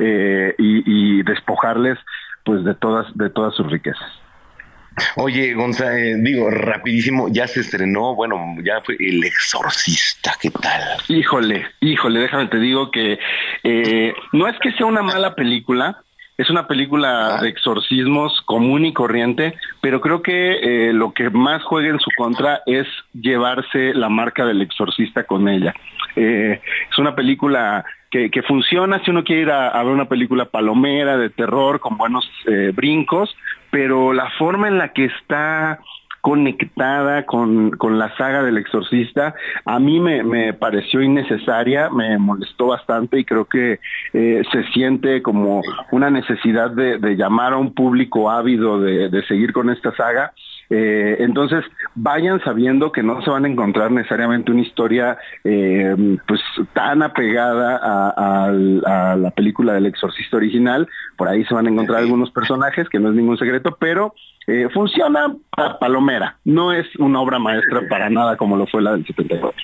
y despojarles pues de todas sus riquezas.
Oye, González, rapidísimo, ya se estrenó, bueno, ya fue El Exorcista, ¿qué tal?
Híjole, déjame te digo que no es que sea una mala película. Es una película de exorcismos común y corriente, pero creo que lo que más juega en su contra es llevarse la marca del exorcista con ella. Es una película que funciona si uno quiere ir a ver una película palomera, de terror, con buenos brincos, pero la forma en la que está conectada con la saga del Exorcista, a mí me pareció innecesaria, me molestó bastante, y creo que se siente como una necesidad de llamar a un público ávido de seguir con esta saga. Entonces vayan sabiendo que no se van a encontrar necesariamente una historia pues tan apegada a la película del Exorcista original. Por ahí se van a encontrar algunos personajes, que no es ningún secreto, pero funciona para palomera, no es una obra maestra para nada como lo fue la del 74.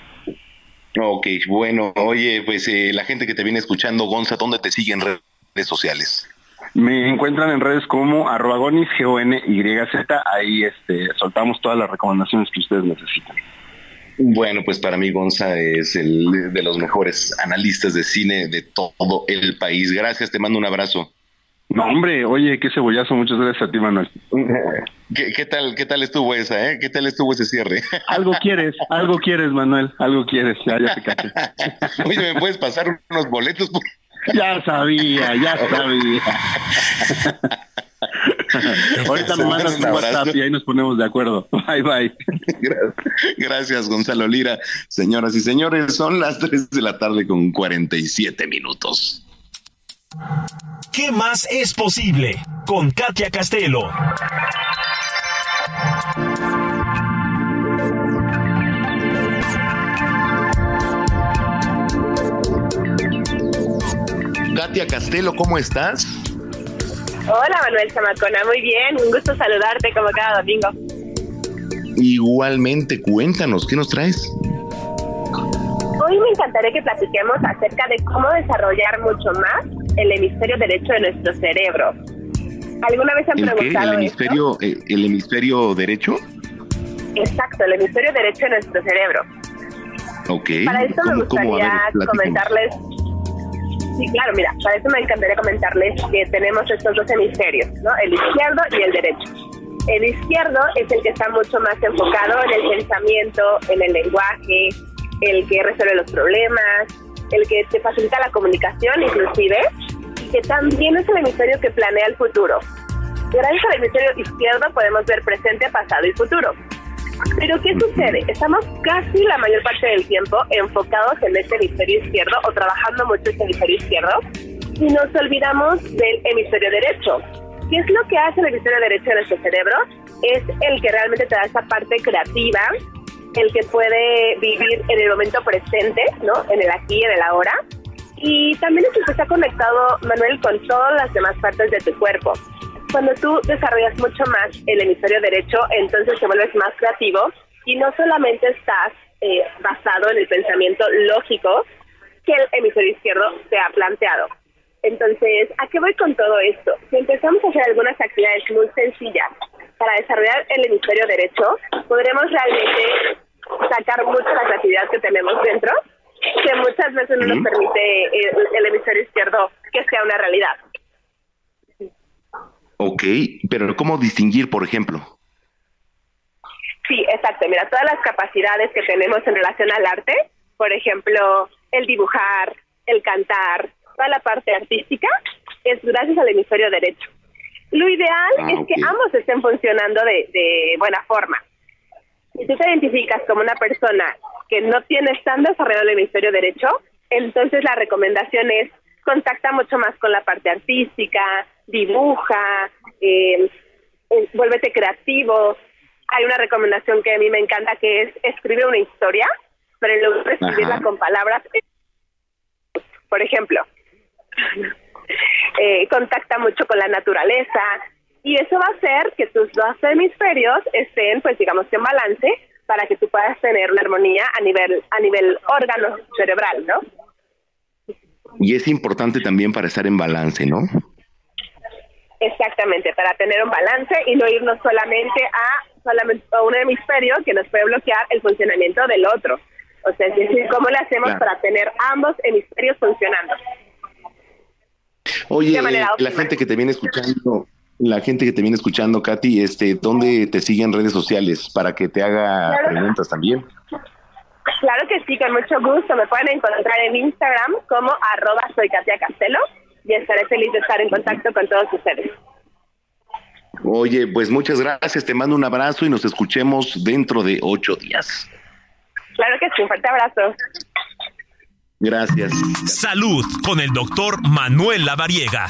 Ok, bueno, oye, pues la gente que te viene escuchando, Gonza, ¿dónde te siguen en redes sociales?
Me encuentran en redes como @Gonis, GONYZ, ahí soltamos todas las recomendaciones que ustedes necesitan.
Bueno, pues para mí Gonza es el de los mejores analistas de cine de todo el país. Gracias, te mando un abrazo.
No, hombre, oye, qué cebollazo, muchas gracias a ti, Manuel.
¿Qué tal estuvo esa, ¿Qué tal estuvo ese cierre?
Algo quieres, Manuel, algo quieres, ya te caché.
Oye, ¿me puedes pasar unos boletos?
Ya sabía. Ahorita me mandas un WhatsApp y ahí nos ponemos de acuerdo. Bye, bye.
Gracias, Gonzalo Lira. Señoras y señores, son las 3 de la tarde con 47 minutos.
¿Qué más es posible? Con Katia Castelo.
Katia Castelo, ¿cómo estás?
Hola, Manuel Zamacona, muy bien, un gusto saludarte como cada domingo.
Igualmente, cuéntanos, ¿qué nos traes?
Hoy me encantaría que platiquemos acerca de cómo desarrollar mucho más el hemisferio derecho de nuestro cerebro. ¿Alguna vez han preguntado
esto? ¿El hemisferio derecho?
Exacto, el hemisferio derecho de nuestro cerebro.
Ok.
Para esto me gustaría comentarles... Sí, claro, mira, para eso me encantaría comentarles que tenemos estos dos hemisferios, ¿no? El izquierdo y el derecho. El izquierdo es el que está mucho más enfocado en el pensamiento, en el lenguaje, el que resuelve los problemas, el que te facilita la comunicación inclusive, que también es el hemisferio que planea el futuro. Gracias al hemisferio izquierdo podemos ver presente, pasado y futuro. Pero ¿qué sucede? Estamos casi la mayor parte del tiempo enfocados en este hemisferio izquierdo o trabajando mucho este hemisferio izquierdo y nos olvidamos del hemisferio derecho. ¿Qué es lo que hace el hemisferio derecho de nuestro cerebro? Es el que realmente te da esa parte creativa, el que puede vivir en el momento presente, ¿no? En el aquí y en el ahora. Y también es el que está conectado, Manuel, con todas las demás partes de tu cuerpo. Cuando tú desarrollas mucho más el hemisferio derecho, entonces te vuelves más creativo y no solamente estás basado en el pensamiento lógico que el hemisferio izquierdo te ha planteado. Entonces, ¿a qué voy con todo esto? Si empezamos a hacer algunas actividades muy sencillas para desarrollar el hemisferio derecho, podremos realmente sacar mucha la creatividad que tenemos dentro, que muchas veces no nos permite el hemisferio izquierdo que sea una realidad.
Ok, pero ¿cómo distinguir, por ejemplo?
Sí, exacto. Mira, todas las capacidades que tenemos en relación al arte, por ejemplo, el dibujar, el cantar, toda la parte artística, es gracias al hemisferio derecho. Lo ideal es que ambos estén funcionando de buena forma. Si tú te identificas como una persona que no tiene tan desarrollado el hemisferio derecho, entonces la recomendación es contacta mucho más con la parte artística, dibuja, vuélvete creativo. Hay una recomendación que a mí me encanta que es escribe una historia, pero en lugar de escribirla con palabras, por ejemplo, contacta mucho con la naturaleza y eso va a hacer que tus dos hemisferios estén, pues digamos, en balance para que tú puedas tener una armonía a nivel órgano cerebral, ¿no?
Y es importante también para estar en balance, ¿no?
Exactamente, para tener un balance y no irnos solamente a un hemisferio que nos puede bloquear el funcionamiento del otro. O sea, es decir, ¿cómo le hacemos para tener ambos hemisferios funcionando?
Oye, la gente que te viene escuchando, Katy, ¿dónde te siguen redes sociales para que te haga preguntas también?
Claro que sí, con mucho gusto. Me pueden encontrar en Instagram como @soyKatiaCastelo y estaré feliz de estar en contacto con todos ustedes.
Oye, pues muchas gracias, te mando un abrazo y nos escuchemos dentro de 8 días.
Claro que sí, un fuerte abrazo.
Gracias.
Salud con el doctor Manuel Lavariega.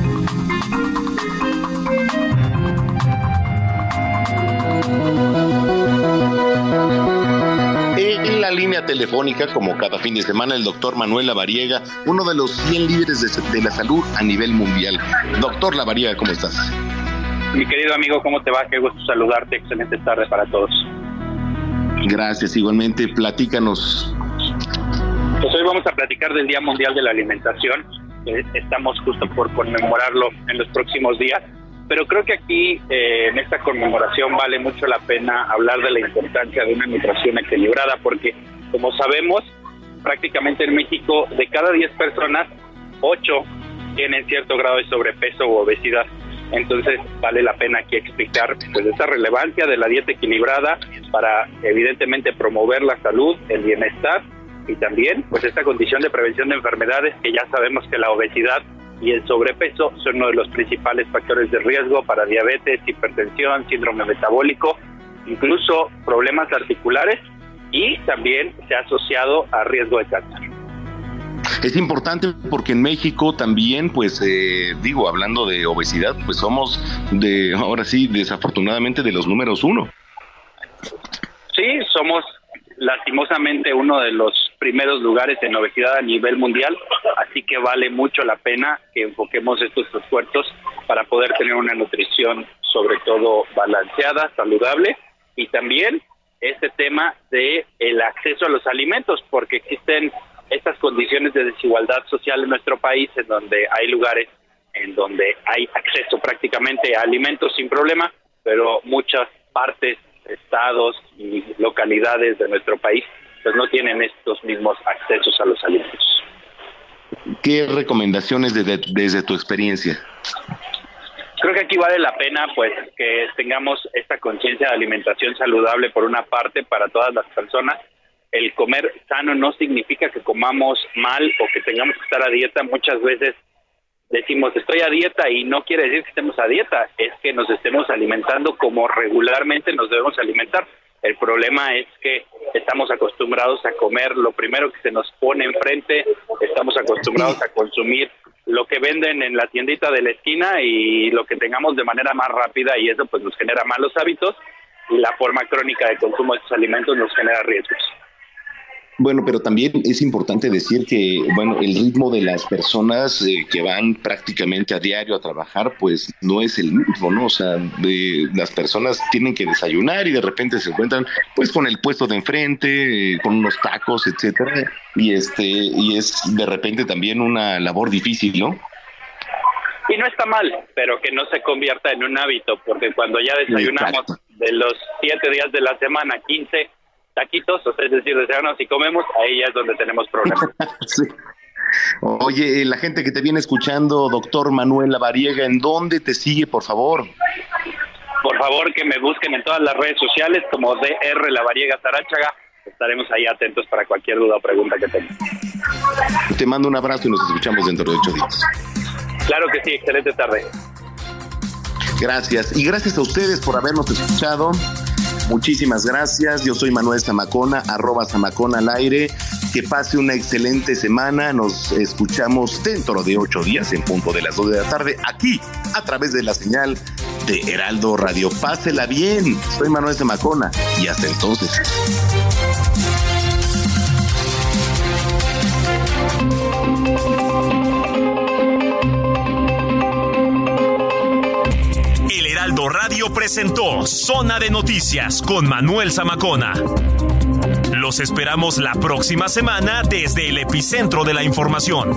En la línea telefónica, como cada fin de semana, el doctor Manuel Lavariega, uno de los 100 líderes de la salud a nivel mundial. Doctor Lavariega, ¿cómo estás?
Mi querido amigo, ¿cómo te va? Qué gusto saludarte. Excelente tarde para todos.
Gracias, igualmente. Platícanos.
Pues hoy vamos a platicar del Día Mundial de la Alimentación. Estamos justo por conmemorarlo en los próximos días. Pero creo que aquí, en esta conmemoración, vale mucho la pena hablar de la importancia de una nutrición equilibrada, porque, como sabemos, prácticamente en México, de cada 10 personas, 8 tienen cierto grado de sobrepeso u obesidad. Entonces, vale la pena aquí explicar pues esa relevancia de la dieta equilibrada para, evidentemente, promover la salud, el bienestar y también, pues, esta condición de prevención de enfermedades que ya sabemos que la obesidad y el sobrepeso son uno de los principales factores de riesgo para diabetes, hipertensión, síndrome metabólico, incluso problemas articulares, y también se ha asociado a riesgo de cáncer.
Es importante porque en México también, pues, hablando de obesidad, pues somos ahora sí, desafortunadamente de los números 1.
Sí, somos lastimosamente uno de los primeros lugares en obesidad a nivel mundial, así que vale mucho la pena que enfoquemos estos esfuerzos para poder tener una nutrición sobre todo balanceada, saludable, y también este tema de el acceso a los alimentos, porque existen estas condiciones de desigualdad social en nuestro país, en donde hay lugares en donde hay acceso prácticamente a alimentos sin problema, pero muchas partes, estados y localidades de nuestro país pues no tienen estos mismos accesos a los alimentos.
¿Qué recomendaciones desde tu experiencia?
Creo que aquí vale la pena pues que tengamos esta conciencia de alimentación saludable por una parte para todas las personas. El comer sano no significa que comamos mal o que tengamos que estar a dieta. Muchas veces decimos estoy a dieta y no quiere decir que estemos a dieta, es que nos estemos alimentando como regularmente nos debemos alimentar. El problema es que estamos acostumbrados a comer lo primero que se nos pone enfrente, estamos acostumbrados a consumir lo que venden en la tiendita de la esquina y lo que tengamos de manera más rápida, y eso pues nos genera malos hábitos, y la forma crónica de consumo de estos alimentos nos genera riesgos.
Bueno, pero también es importante decir que, el ritmo de las personas que van prácticamente a diario a trabajar, pues no es el mismo, ¿no? O sea, las personas tienen que desayunar y de repente se encuentran, pues, con el puesto de enfrente, con unos tacos, etcétera, y es de repente también una labor difícil, ¿no?
Y no está mal, pero que no se convierta en un hábito, porque cuando ya desayunamos de los 7 días de la semana, 15 taquitos, o sea, es decir, desayunamos y comemos, ahí ya es donde tenemos problemas.
Sí. Oye, la gente que te viene escuchando, doctor Manuel Lavariega, ¿en dónde te sigue, por favor?
Por favor, que me busquen en todas las redes sociales como Dr. Lavariega Saráchaga. Estaremos ahí atentos para cualquier duda o pregunta que tengan.
Te mando un abrazo y nos escuchamos dentro de 8 días.
Claro que sí, excelente tarde.
Gracias, y gracias a ustedes por habernos escuchado. Muchísimas gracias. Yo soy Manuel Zamacona, @Zamacona al aire. Que pase una excelente semana. Nos escuchamos dentro de 8 días en punto de las 2 de la tarde, aquí, a través de la señal de Heraldo Radio. Pásela bien. Soy Manuel Zamacona y hasta entonces.
El Heraldo Radio presentó Zona de Noticias con Manuel Zamacona. Los esperamos la próxima semana desde el epicentro de la información.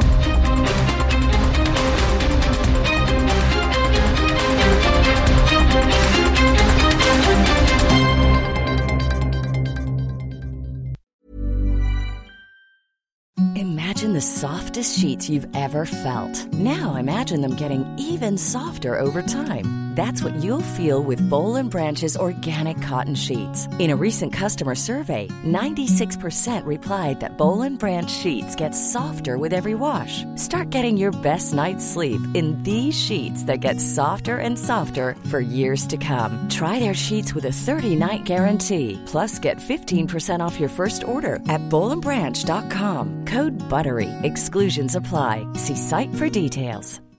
Imagine the softest sheets you've ever felt. Now imagine them getting even softer over time. That's what you'll feel with Boll & Branch's organic cotton sheets. In a recent customer survey, 96% replied that Boll & Branch sheets get softer with every wash. Start getting your best night's sleep in these sheets that get softer and softer for years to come. Try their sheets with a 30-night guarantee. Plus, get 15% off your first order at bollandbranch.com. Code BUTTERY. Exclusions apply. See site for details.